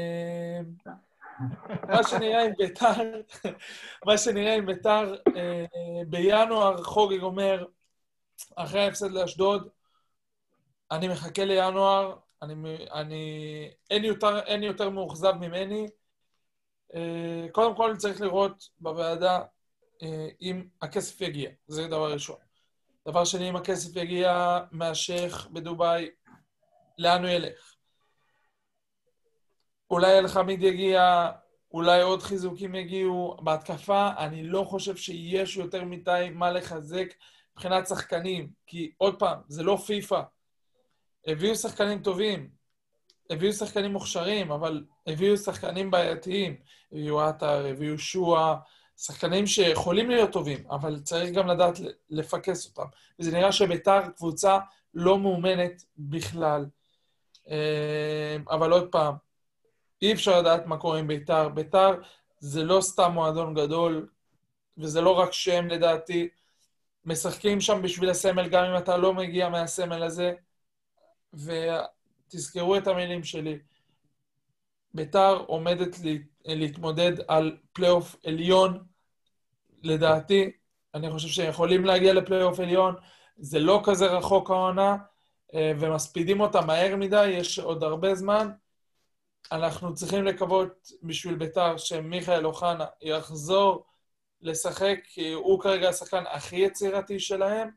מה שנראה עם בית"ר, מה שנראה עם בית"ר, בינואר חוגג אומר, אחרי ההפסד לאשדוד, אני מחכה לינואר, אני, אני, אין יותר, אין יותר מאוכזב ממני. קודם כל צריך לראות בוועדה אם הכסף יגיע, זה דבר ראשון. דבר שני, אם הכסף יגיע מהשייך בדוביי, לאן הוא ילך? אולי אלחמיד יגיע, אולי עוד חיזוקים יגיעו. בהתקפה, אני לא חושב שיש יותר מדי מה לחזק מבחינת שחקנים, כי עוד פעם, זה לא פיפה. הביאו שחקנים טובים, הביאו שחקנים מוכשרים, אבל הביאו שחקנים בעייתיים. הביאו עטר, הביאו שואה, שחקנים שיכולים להיות טובים, אבל צריך גם לדעת לפקס אותם. וזה נראה שבית"ר קבוצה לא מאומנת בכלל. אבל עוד פעם, אי אפשר לדעת מה קורה עם בית"ר. בית"ר זה לא סתם מועדון גדול, וזה לא רק שם לדעתי. משחקים שם בשביל הסמל, גם אם אתה לא מגיע מהסמל הזה. ותזכרו את המילים שלי. בית"ר עומדת להתמודד על פלייאוף עליון, לדעתי. אני חושב שיכולים להגיע לפלייאוף עליון. זה לא כזה רחוק העונה, ומספידים אותה מהר מדי, יש עוד הרבה זמן. אנחנו צריכים לקוות בשביל בית"ר שמיכאל אוחנה יחזור לשחק, כי הוא כרגע השחקן הכי יצירתי שלהם,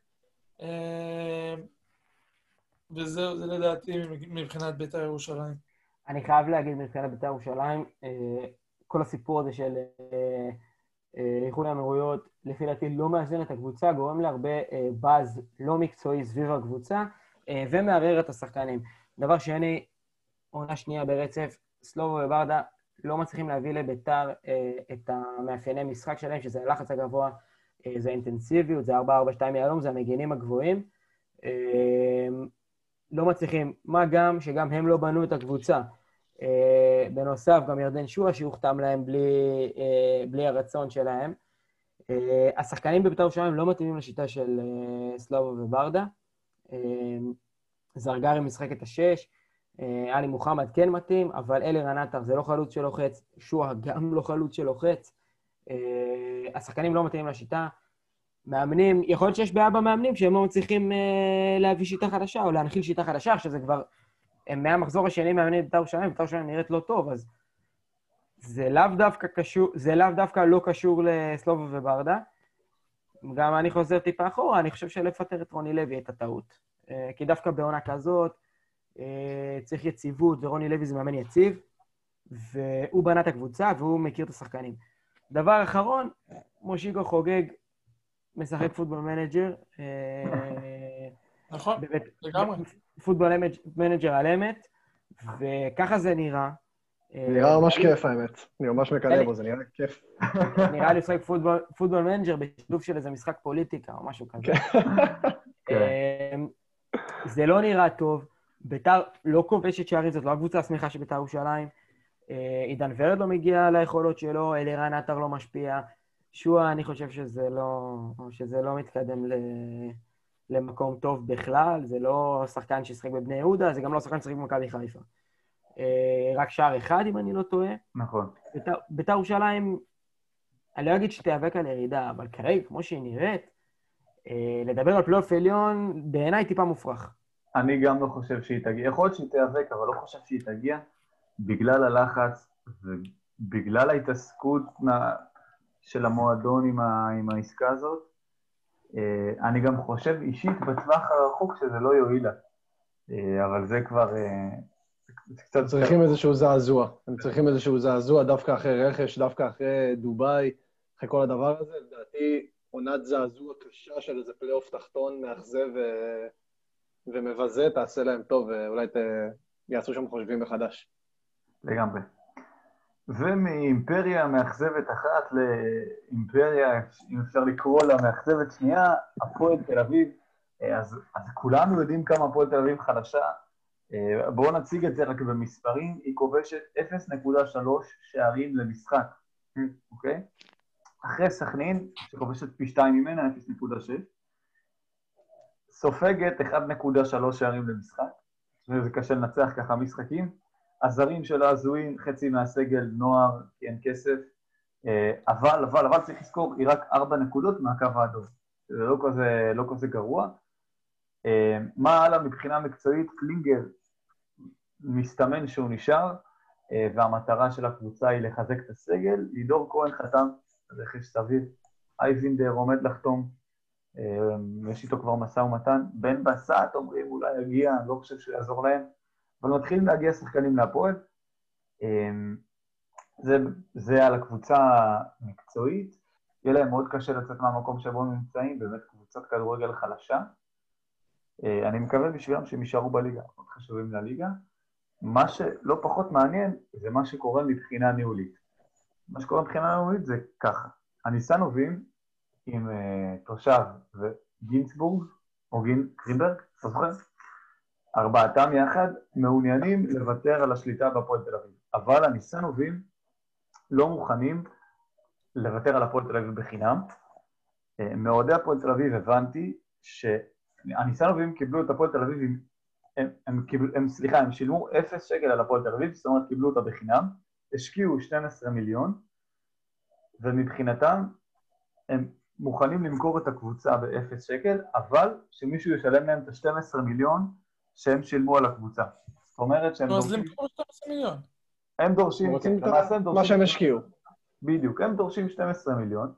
וזהו, זה לדעתי מבחינת בית"ר ירושלים. אני חייב להגיד מבחינת בית"ר ירושלים, כל הסיפור הזה של איחוד האמירויות, לפי דעתי לא מאזן את הקבוצה, גורם להרבה באז לא מקצועי סביב הקבוצה, ומערער את השחקנים. דבר שני, עונה שנייה ברצף, סלובו וברדה לא מצליחים להביא לבית"ר את המאפייני משחק שלהם, שזה הלחץ הגבוה, זה האינטנסיביות, זה ארבע ארבע שתיים יהלום, זה המגינים הגבוהים. לא מצליחים, מה גם שגם הם לא בנו את הקבוצה. בנוסף, גם ירדן שואה שהוחתם להם בלי, בלי הרצון שלהם. השחקנים בבית"ר ירושלים לא מתאימים לשיטה של סלובו וברדה. זרגרי משחק את השש, עלי מוחמד כן מתאים, אבל אלירן עטר זה לא חלוץ שלוחץ, שואה גם לא חלוץ שלוחץ. השחקנים לא מתאימים לשיטה. מאמנים, יכול להיות שיש בעיה במאמנים שהם לא מצליחים להביא שיטה חדשה או להנחיל שיטה חדשה, שזה כבר, הם מהמחזור השני מאמנים בבית"ר ירושלים, בית"ר ירושלים נראית לא טוב, אז זה לאו דווקא קשור, זה לאו דווקא לא קשור לסלובו וברדה. גם אני חוזר טיפה אחורה, אני חושב שלפטר את רוני לוי את הטעות. כי דווקא בעונה כזאת צריך יציבות, ורוני לוי זה מאמן יציב, והוא בנה את הקבוצה והוא מכיר את השחקנים. דבר אחרון, מושיקו חוגג משחק פוטבול מנג'ר. נכון, לגמרי. פוטבול מנג'ר על אמת, וככה זה נראה. נראה ממש כיף האמת, אני ממש מקנא בו, זה נראה כיף. נראה לי לשחק פוטבול מנג'ר בשילוב של איזה משחק פוליטיקה או משהו כזה. זה לא נראה טוב, בית"ר לא כובשת שערים, זאת לא הקבוצה השמחה של בית"ר ירושלים. עידן ורד לא מגיע ליכולות שלו, אלירן עטר לא משפיע. שואה, אני חושב שזה לא, שזה לא מתקדם ל, למקום טוב בכלל, זה לא שחקן ששחק בבני יהודה, זה גם לא שחקן ששחק במכבי חיפה. רק שער אחד, אם אני לא טועה. נכון. בית"ר ירושלים, אני לא אגיד שתיאבק על ירידה, אבל כרגע, כמו שהיא נראית, לדבר על פלייאוף עליון, בעיניי טיפה מופרך. אני גם לא חושב שהיא תגיע. יכול להיות שהיא תיאבק, אבל לא חושב שהיא תגיע. בגלל הלחץ ובגלל ההתעסקות של המועדון עם, ה, עם העסקה הזאת, אני גם חושב אישית בטווח הרחוק שזה לא יועיל לה. אבל זה כבר... זה קצת... צריכים איזשהו זעזוע. הם צריכים איזשהו זעזוע דווקא אחרי רכש, דווקא אחרי דוביי, אחרי כל הדבר הזה. לדעתי, עונת זעזוע קשה של איזה פלייאוף תחתון מאכזב ו... ומבזה, תעשה להם טוב, ואולי ת... יעשו שם חושבים מחדש. לגמרי. ומאימפריה מאכזבת אחת לאימפריה, אם אפשר לקרוא לה מאכזבת שנייה, הפועל תל אביב. אז, אז כולנו יודעים כמה הפועל תל אביב חלשה. בואו נציג את זה רק במספרים. היא כובשת אפס נקודה שלוש שערים למשחק, אוקיי? אחרי סכנין, שכובשת פי שתיים ממנה, אפס נקודה שש. סופגת אחד נקודה שלוש שערים למשחק. זה קשה לנצח ככה משחקים. הזרים של הזויים, חצי מהסגל נוער, כי אין כסף. אבל, אבל, אבל צריך לזכור, היא רק ארבע נקודות מהקו האדום. זה לא כזה, לא כזה גרוע. מה הלאה מבחינה מקצועית? קלינגר מסתמן שהוא נשאר, והמטרה של הקבוצה היא לחזק את הסגל. לידור כהן חתם, רכש סביר. אייבינדר עומד לחתום, יש איתו כבר משא ומתן. בן בסט אומרים אולי יגיע, אני לא חושב שהוא יעזור להם, אבל מתחילים להגיע שחקנים להפועל. זה, זה על הקבוצה המקצועית. יהיה להם מאוד קשה לצאת מהמקום שבו הם נמצאים, באמת קבוצת כדורגל חלשה. אני מקווה בשבילם שהם יישארו בליגה, מאוד חשובים לליגה. מה שלא פחות מעניין זה מה שקורה מבחינה ניהולית. מה שקורה מבחינה ניהולית זה ככה. הניסנובים עם uh, תושב וגינסבורג, או גין קרימברג, אתה זוכר? ארבעתם יחד מעוניינים לוותר על השליטה בהפועל תל אביב. אבל הניסנובים לא מוכנים לוותר על הפועל תל אביב בחינם. מאוהדי הפועל תל אביב הבנתי שהניסנובים קיבלו את הפועל תל אביב, הם, הם, הם, הם, סליחה, הם שילמו אפס שקל על הפועל תל אביב, זאת אומרת קיבלו אותה בחינם, השקיעו שנים עשר מיליון, ומבחינתם הם מוכנים למכור את הקבוצה באפס שקל, אבל שמישהו ישלם להם את ה-שנים עשר מיליון שהם שילמו על הקבוצה. זאת אומרת שהם דורשים... אז למכור שנים עשר מיליון. הם דורשים, כן, למעשה הם דורשים... מה שהם השקיעו. בדיוק, הם דורשים שנים עשר מיליון,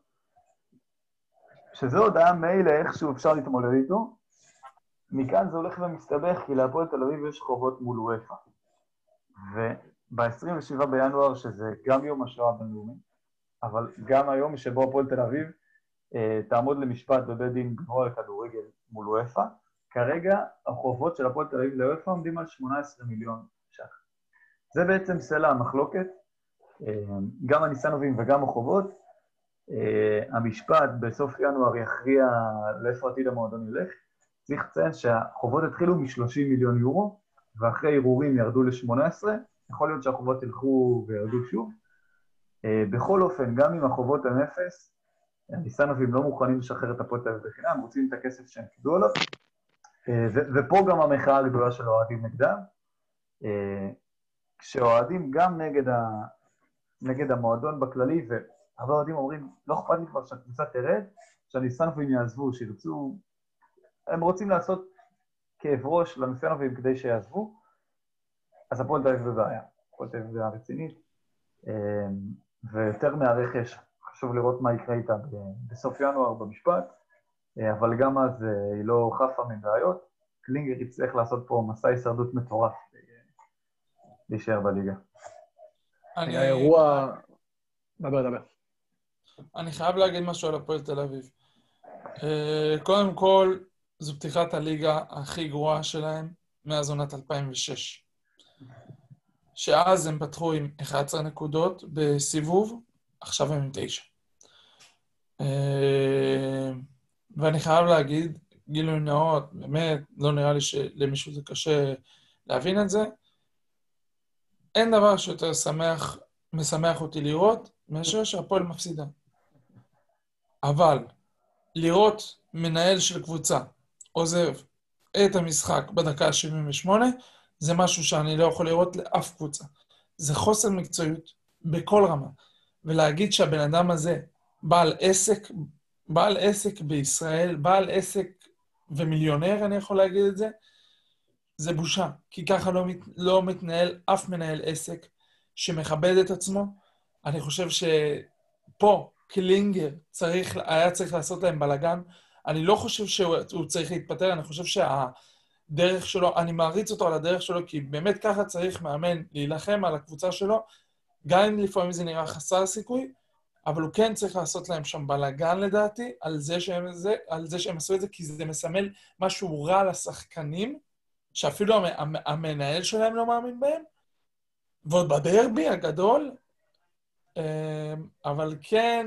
שזו הודעה מילא איכשהו אפשר להתמודד איתו, מכאן זה הולך ומסתבך, כי להפועל תל אביב יש חובות מול וופא. וב-עשרים ושבעה בינואר, שזה גם יום השואה בינלאומי, אבל גם היום שבו הפועל תל אביב אה, תעמוד למשפט בבית דין גבוה לכדורגל מול וופא, כרגע החובות של הפועל תל אביב לוופא עומדים על שמונה עשרה מיליון ש"ח. זה בעצם סלע המחלוקת, אה, גם הניסנובים וגם החובות. אה, המשפט בסוף ינואר יכריע לאיפה עתיד המועדון ילך. צריך לציין שהחובות התחילו מ-שלושים מיליון יורו, ואחרי ערעורים ירדו ל-שמונה עשרה, יכול להיות שהחובות ילכו וירדו שוב. בכל אופן, גם אם החובות הן אפס, הניסנובים לא מוכנים לשחרר את הפועל תל אביב בחינם, הם רוצים את הכסף שהם קיבלו עליו, ופה גם המחאה הגדולה של האוהדים נגדם, כשאוהדים גם נגד, ה... נגד המועדון בכללי, והרבה אוהדים אומרים, לא אכפת לי כבר שהקבוצה תרד, שהניסנובים יעזבו, שירצו... הם רוצים לעשות כאב ראש לניסנובים כדי שיעזבו, אז הפועל תל אביב בבעיה, הפועל תל אביב בבעיה רצינית, ויותר מהרכש, חשוב לראות מה יקרה איתה בסוף ינואר במשפט, אבל גם אז היא לא חפה מבעיות, קלינגר יצטרך לעשות פה מסע הישרדות מטורף, להישאר בליגה. אני... האירוע... דבר, דבר. אני חייב להגיד משהו על הפועל תל אביב. קודם כל, זו פתיחת הליגה הכי גרועה שלהם מאז עונת אלפיים ושש. שאז הם פתחו עם אחת עשרה נקודות בסיבוב, עכשיו הם עם תשע. ואני חייב להגיד, גילוי נאות, באמת, לא נראה לי שלמישהו זה קשה להבין את זה. אין דבר שיותר שמח, משמח אותי לראות, מאשר שהפועל מפסידה. אבל לראות מנהל של קבוצה עוזב את המשחק בדקה ה-שבעים ושמונה, זה משהו שאני לא יכול לראות לאף קבוצה. זה חוסר מקצועיות בכל רמה. ולהגיד שהבן אדם הזה, בעל עסק, בעל עסק בישראל, בעל עסק ומיליונר, אני יכול להגיד את זה, זה בושה, כי ככה לא, מת, לא מתנהל אף מנהל עסק שמכבד את עצמו. אני חושב שפה קלינגר צריך, היה צריך לעשות להם בלגן. אני לא חושב שהוא צריך להתפטר, אני חושב שהדרך שלו, אני מעריץ אותו על הדרך שלו, כי באמת ככה צריך מאמן להילחם על הקבוצה שלו, גם אם לפעמים זה נראה חסר סיכוי, אבל הוא כן צריך לעשות להם שם בלגן לדעתי, על זה שהם, זה, על זה שהם עשו את זה, כי זה מסמל משהו רע לשחקנים, שאפילו המ, המנהל שלהם לא מאמין בהם, ועוד בדרבי הגדול, אבל כן,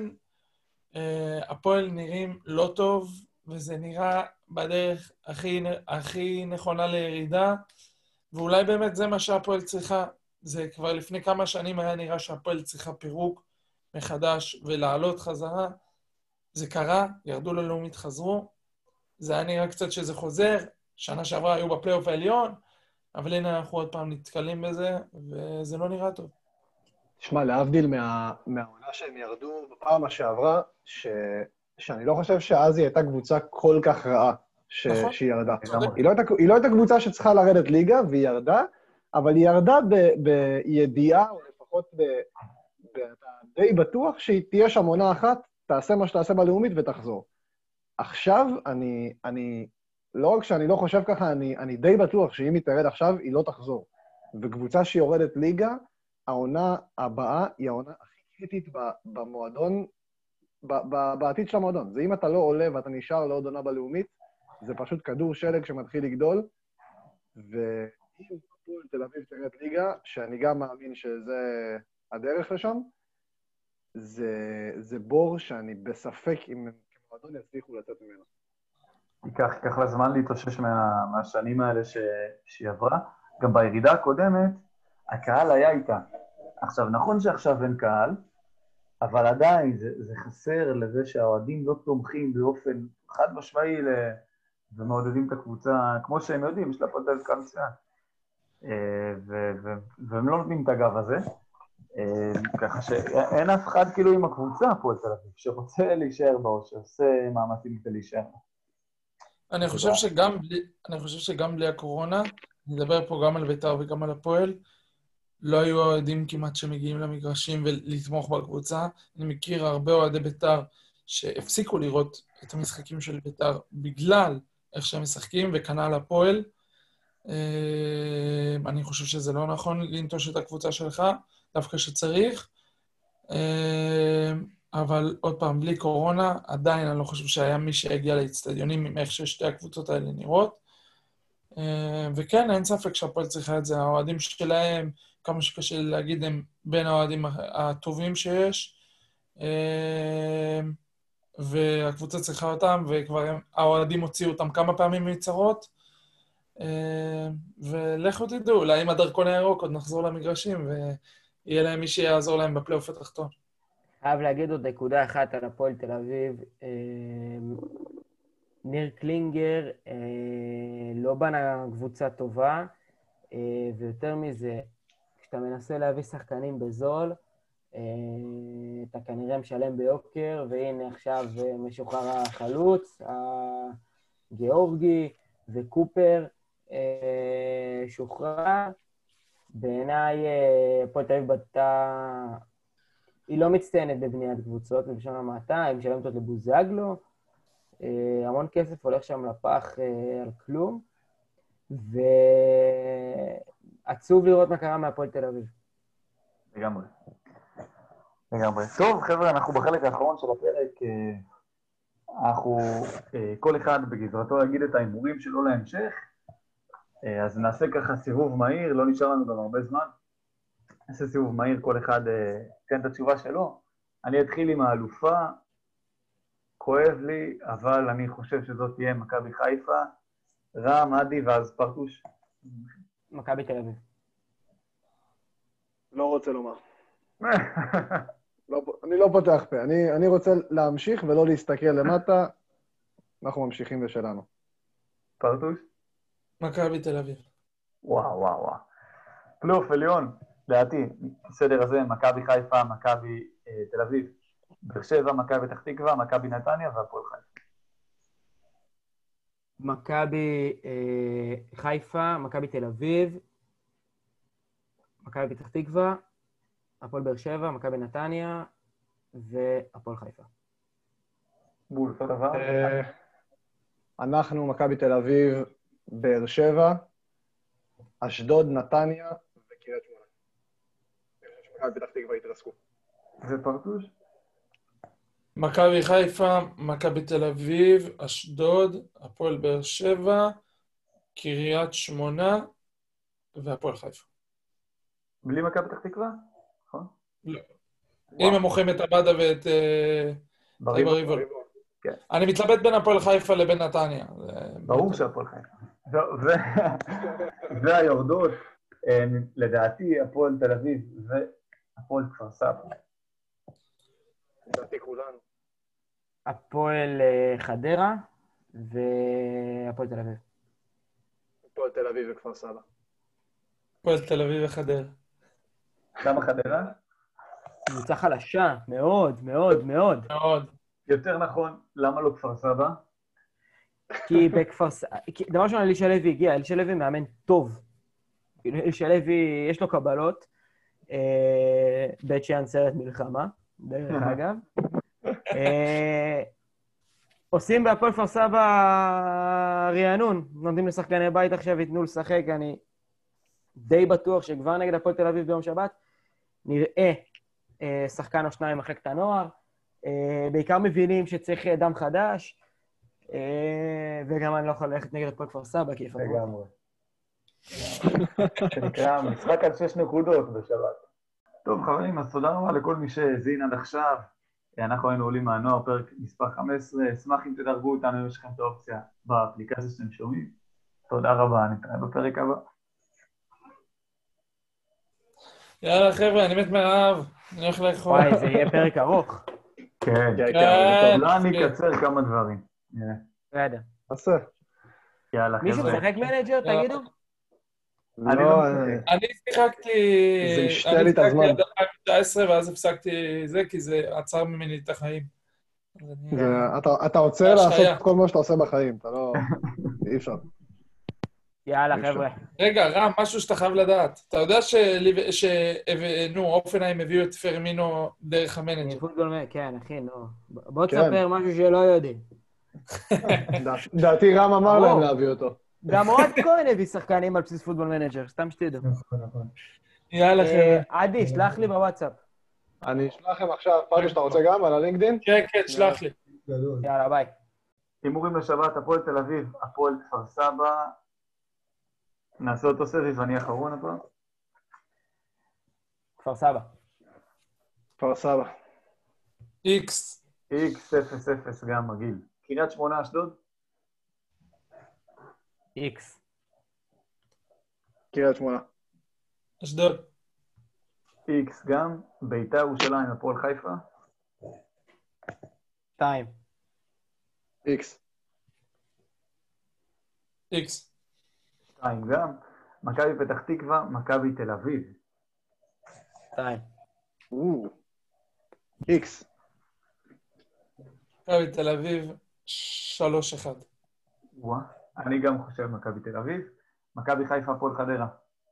הפועל נראים לא טוב, וזה נראה בדרך הכי, הכי נכונה לירידה, ואולי באמת זה מה שהפועל צריכה. זה כבר לפני כמה שנים היה נראה שהפועל צריכה פירוק מחדש ולעלות חזרה. זה קרה, ירדו ללאומית, חזרו. זה היה נראה קצת שזה חוזר, שנה שעברה היו בפלייאוף העליון, אבל הנה אנחנו עוד פעם נתקלים בזה, וזה לא נראה טוב. תשמע, להבדיל מה, מהעונה שהם ירדו בפעם שעברה, ש, שאני לא חושב שאז היא הייתה קבוצה כל כך רעה ש, נכון. שהיא ירדה. צודק. היא לא הייתה, היא לא הייתה קבוצה שצריכה לרדת ליגה, והיא ירדה, אבל היא ירדה ב, בידיעה, או לפחות ב, ב, די בטוח שהיא תהיה שם עונה אחת, תעשה מה שתעשה בלאומית ותחזור. עכשיו, אני, אני, לא רק שאני לא חושב ככה, אני, אני די בטוח שאם היא תרד עכשיו, היא לא תחזור. וקבוצה שיורדת ליגה, העונה הבאה היא העונה הכי קריטית במועדון, בעתיד של המועדון. זה אם אתה לא עולה ואתה נשאר לעוד עונה בלאומית, זה פשוט כדור שלג שמתחיל לגדול, ואם הפועל תל אביב תרד ליגה, שאני גם מאמין שזה הדרך לשם, זה, זה בור שאני בספק אם כמועדון יצליחו לצאת ממנו. ייקח, ייקח לה זמן להתאושש מה, מהשנים האלה ש, שהיא עברה. גם בירידה הקודמת, הקהל היה איתה. עכשיו, נכון שעכשיו אין קהל, אבל עדיין זה, זה חסר לזה שהאוהדים לא תומכים באופן חד משמעי ל... ומעודדים את הקבוצה, כמו שהם יודעים, יש לה פה דרך קהל מצוין. ו- ו- והם לא נותנים את הגב הזה. ככה שאין אף אחד כאילו עם הקבוצה פה אצל אביב, שרוצה להישאר בה, או שעושה מאמצים כדי להישאר. אני חושב שגם בלי, אני חושב שגם בלי הקורונה, נדבר פה גם על בית"ר וגם על הפועל, לא היו אוהדים כמעט שמגיעים למגרשים ולתמוך בקבוצה. אני מכיר הרבה אוהדי בית"ר שהפסיקו לראות את המשחקים של בית"ר בגלל איך שהם משחקים, וכנ"ל הפועל. אני חושב שזה לא נכון לנטוש את הקבוצה שלך, דווקא שצריך. אבל עוד פעם, בלי קורונה, עדיין אני לא חושב שהיה מי שהגיע לאצטדיונים עם איך ששתי הקבוצות האלה נראות. וכן, אין ספק שהפועל צריכה את זה. האוהדים שלהם, כמה שקשה להגיד, הם בין האוהדים הטובים שיש, והקבוצה צריכה אותם, וכבר האוהדים הוציאו אותם כמה פעמים מצרות, ולכו תדעו, אולי עם הדרכון הירוק עוד נחזור למגרשים, ויהיה להם מי שיעזור להם בפלייאוף התחתון. חייב להגיד עוד נקודה אחת על הפועל תל אביב. ניר קלינגר לא בנה קבוצה טובה, ויותר מזה, כשאתה מנסה להביא שחקנים בזול, אתה כנראה משלם ביוקר, והנה עכשיו משוחרר החלוץ, הגיאורגי וקופר שוחרר. בעיניי הפועל תל אביב בתה, היא לא מצטיינת בבניית קבוצות, ובשביל המעטה, היא משלמת עוד לבוזגלו, המון כסף הולך שם לפח על כלום, ועצוב לראות מה קרה מהפועל תל אביב. לגמרי. לגמרי. טוב, חבר'ה, אנחנו בחלק האחרון של הפרק, אנחנו, כל אחד בגזרתו יגיד את ההימורים שלו להמשך, אז נעשה ככה סיבוב מהיר, לא נשאר לנו גם הרבה זמן. נעשה סיבוב מהיר, כל אחד תן את התשובה שלו. אני אתחיל עם האלופה, כואב לי, אבל אני חושב שזאת תהיה מכבי חיפה, רם, עדי ואז פרטוש. מכבי תל אביב. לא רוצה לומר. לא, אני לא פותח פה, אני, אני רוצה להמשיך ולא להסתכל למטה, אנחנו ממשיכים בשלנו. פרטוש? מכבי תל אביב. וואו, וואו, וואו. פלייאוף עליון, לדעתי, בסדר הזה, מכבי חיפה, מכבי אה, תל אביב, באר שבע, מכבי פתח תקווה, מכבי נתניה והפועל חיפה. מכבי אה, חיפה, מכבי תל אביב, מכבי פתח תקווה, הפועל באר שבע, מכבי נתניה והפועל חיפה. בול, אותו דבר. אה, אנחנו, מכבי תל אביב, באר שבע, אשדוד, נתניה וקריית שמונה. אני חושב שמכבי פתח תקווה יתרסקו. ופרטוש? מכבי חיפה, מכבי תל אביב, אשדוד, הפועל באר שבע, קריית שמונה והפועל חיפה. בלי מכבי פתח תקווה? נכון? לא. אם הם מוכרים את עבדה ואת אה, בריבון. בריבון. כן. אני מתלבט בין הפועל חיפה לבין נתניה. זה- ברור שהפועל חיפה. זהו, ו- והיורדות, אה, לדעתי, הפועל תל אביב והפועל כפר סבא. לדעתי כולנו. הפועל אה, חדרה והפועל תל אביב. הפועל תל אביב וכפר סבא. הפועל תל אביב וחדרה. למה חדרה? קבוצה חלשה, מאוד, מאוד, מאוד. מאוד. יותר נכון, למה לא כפר סבא? כי בכפר סבא, דבר ראשון, אלישע לוי הגיע, אלישע לוי מאמן טוב. כאילו, אלישע לוי, יש לו קבלות, אה, בית שאין סרט מלחמה, דרך אגב. אה, עושים בהפועל כפר סבא רענון, נותנים לשחקני בית עכשיו, ייתנו לשחק, אני די בטוח שכבר נגד הפועל תל אביב ביום שבת, נראה אה, שחקן או שניים מחלקת הנוער, אה, בעיקר מבינים שצריך דם חדש, אה, וגם אני לא יכול ללכת נגד הפועל כפר סבא, כי יפגעו. לגמרי. שנקרא משחק על שש נקודות בשבת. טוב, חברים, אז תודה רבה לכל מי שהזין עד עכשיו. אנחנו היינו עולים מהנוער, פרק מספר חמש עשרה. אשמח אם תדרגו אותנו, אם יש לכם את האופציה באפליקציה שאתם שומעים. תודה רבה, נתראה בפרק הבא. יאללה, חבר'ה, אני מת מהרעב. אני הולך לאכול. וואי, זה יהיה פרק ארוך. כן, כן, כן. אולי אני אקצר כמה דברים. נראה. בסדר. עשה. יאללה, מישהו חבר'ה. משחק מנג'ר, תגידו? אני לא, לא אה, משחק. אני שיחקתי... זה ישתה אני לי את הזמן. שיחקתי עד אלפיים תשע עשרה, ואז הפסקתי זה, כי זה עצר ממני את החיים. אז אני- זה- אתה- אתה רוצה זה לעשות השעיה. את כל מה שאתה עושה בחיים, אתה לא... אי אפשר. יאללה, אי אפשר. חבר'ה. רגע, רם, משהו שאתה חייב לדעת. אתה יודע שליב- ש... נו, אופנהיים הביאו את פרמינו דרך המנג'ר. פוטבול, מ- כן, אחי, נו. בוא כן. תספר משהו שלא יודעים. דע- דעתי רם אמר ברור. להם להביא אותו. גם אוהד כהן הביא שחקנים על בסיס פוטבול מנג'ר, סתם שתדעו. נכון, נכון. יאללה, חבר'ה. אה, עדי, שלח לי בוואטסאפ. אני אשלח לכם עכשיו, פרטוש, שאתה רוצה גם על הלינקדין? כן, כן, שלח לי. יאללה, ביי. הימורים לשבת, הפועל תל אביב, הפועל כפר סבא. נעשה אותו סביב, אני אחרון הפעם. כפר סבא. כפר סבא. איקס. איקס אפס אפס גם מגעיל. קריית שמונה, אשדוד? איקס. קריית שמונה. אשדוד. איקס גם. ביתר ירושלים, הפועל חיפה? שתיים. איקס. איקס. שתיים גם. מכבי פתח תקווה, מכבי תל אביב. שתיים. או. איקס. מכבי תל אביב, שלוש אחד. וואה, אני גם חושב מכבי תל אביב. מכבי חיפה, הפועל חדרה.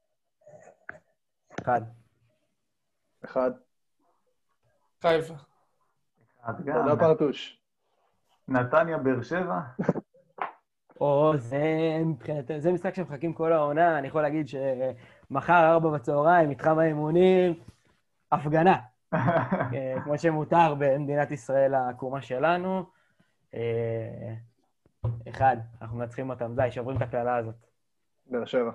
אחד. אחד. חיפה. אחד גם. תודה פרטוש. נתניה, באר שבע. או, זה מבחינתנו, זה משחק שמחכים כל העונה, אני יכול להגיד שמחר ארבע בצהריים, מתחם האימונים, הפגנה. אה, כמו שמותר במדינת ישראל העקומה שלנו. אה, אחד, אנחנו מנצחים אותם, די, שוברים את הכללה הזאת. באר שבע.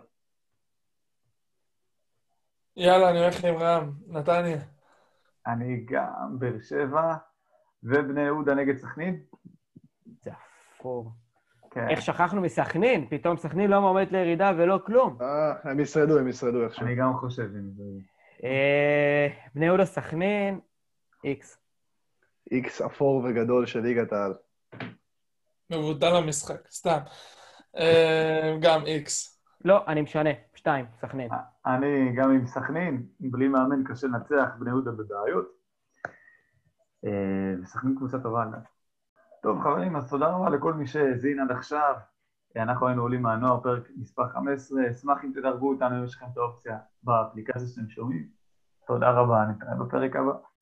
יאללה, אני הולך עם רם. נתניה. אני גם באר שבע. ובני יהודה נגד סכנין. זה אפור. כן. איך שכחנו מסכנין? פתאום סכנין לא מועמדת לירידה ולא כלום. אה, הם ישרדו, הם ישרדו איכשהו. אני גם חושב עם זה. אה, בני יהודה סכנין, איקס. איקס אפור וגדול של ליגת העל. מבוטל המשחק, סתם. אה, גם איקס. לא, אני משנה, שתיים, סכנין. אני גם עם סכנין, בלי מאמן קשה לנצח, בני יהודה בבעיות. אה, וסכנין קבוצה טובה. טוב חברים, אז תודה רבה לכל מי שהזין עד עכשיו. אנחנו היינו עולים מהנוער, פרק מספר חמש עשרה, אשמח אם תדרגו אותנו אם יש לכם את האופציה באפליקציה שאתם שומעים. תודה רבה, נתראה בפרק הבא.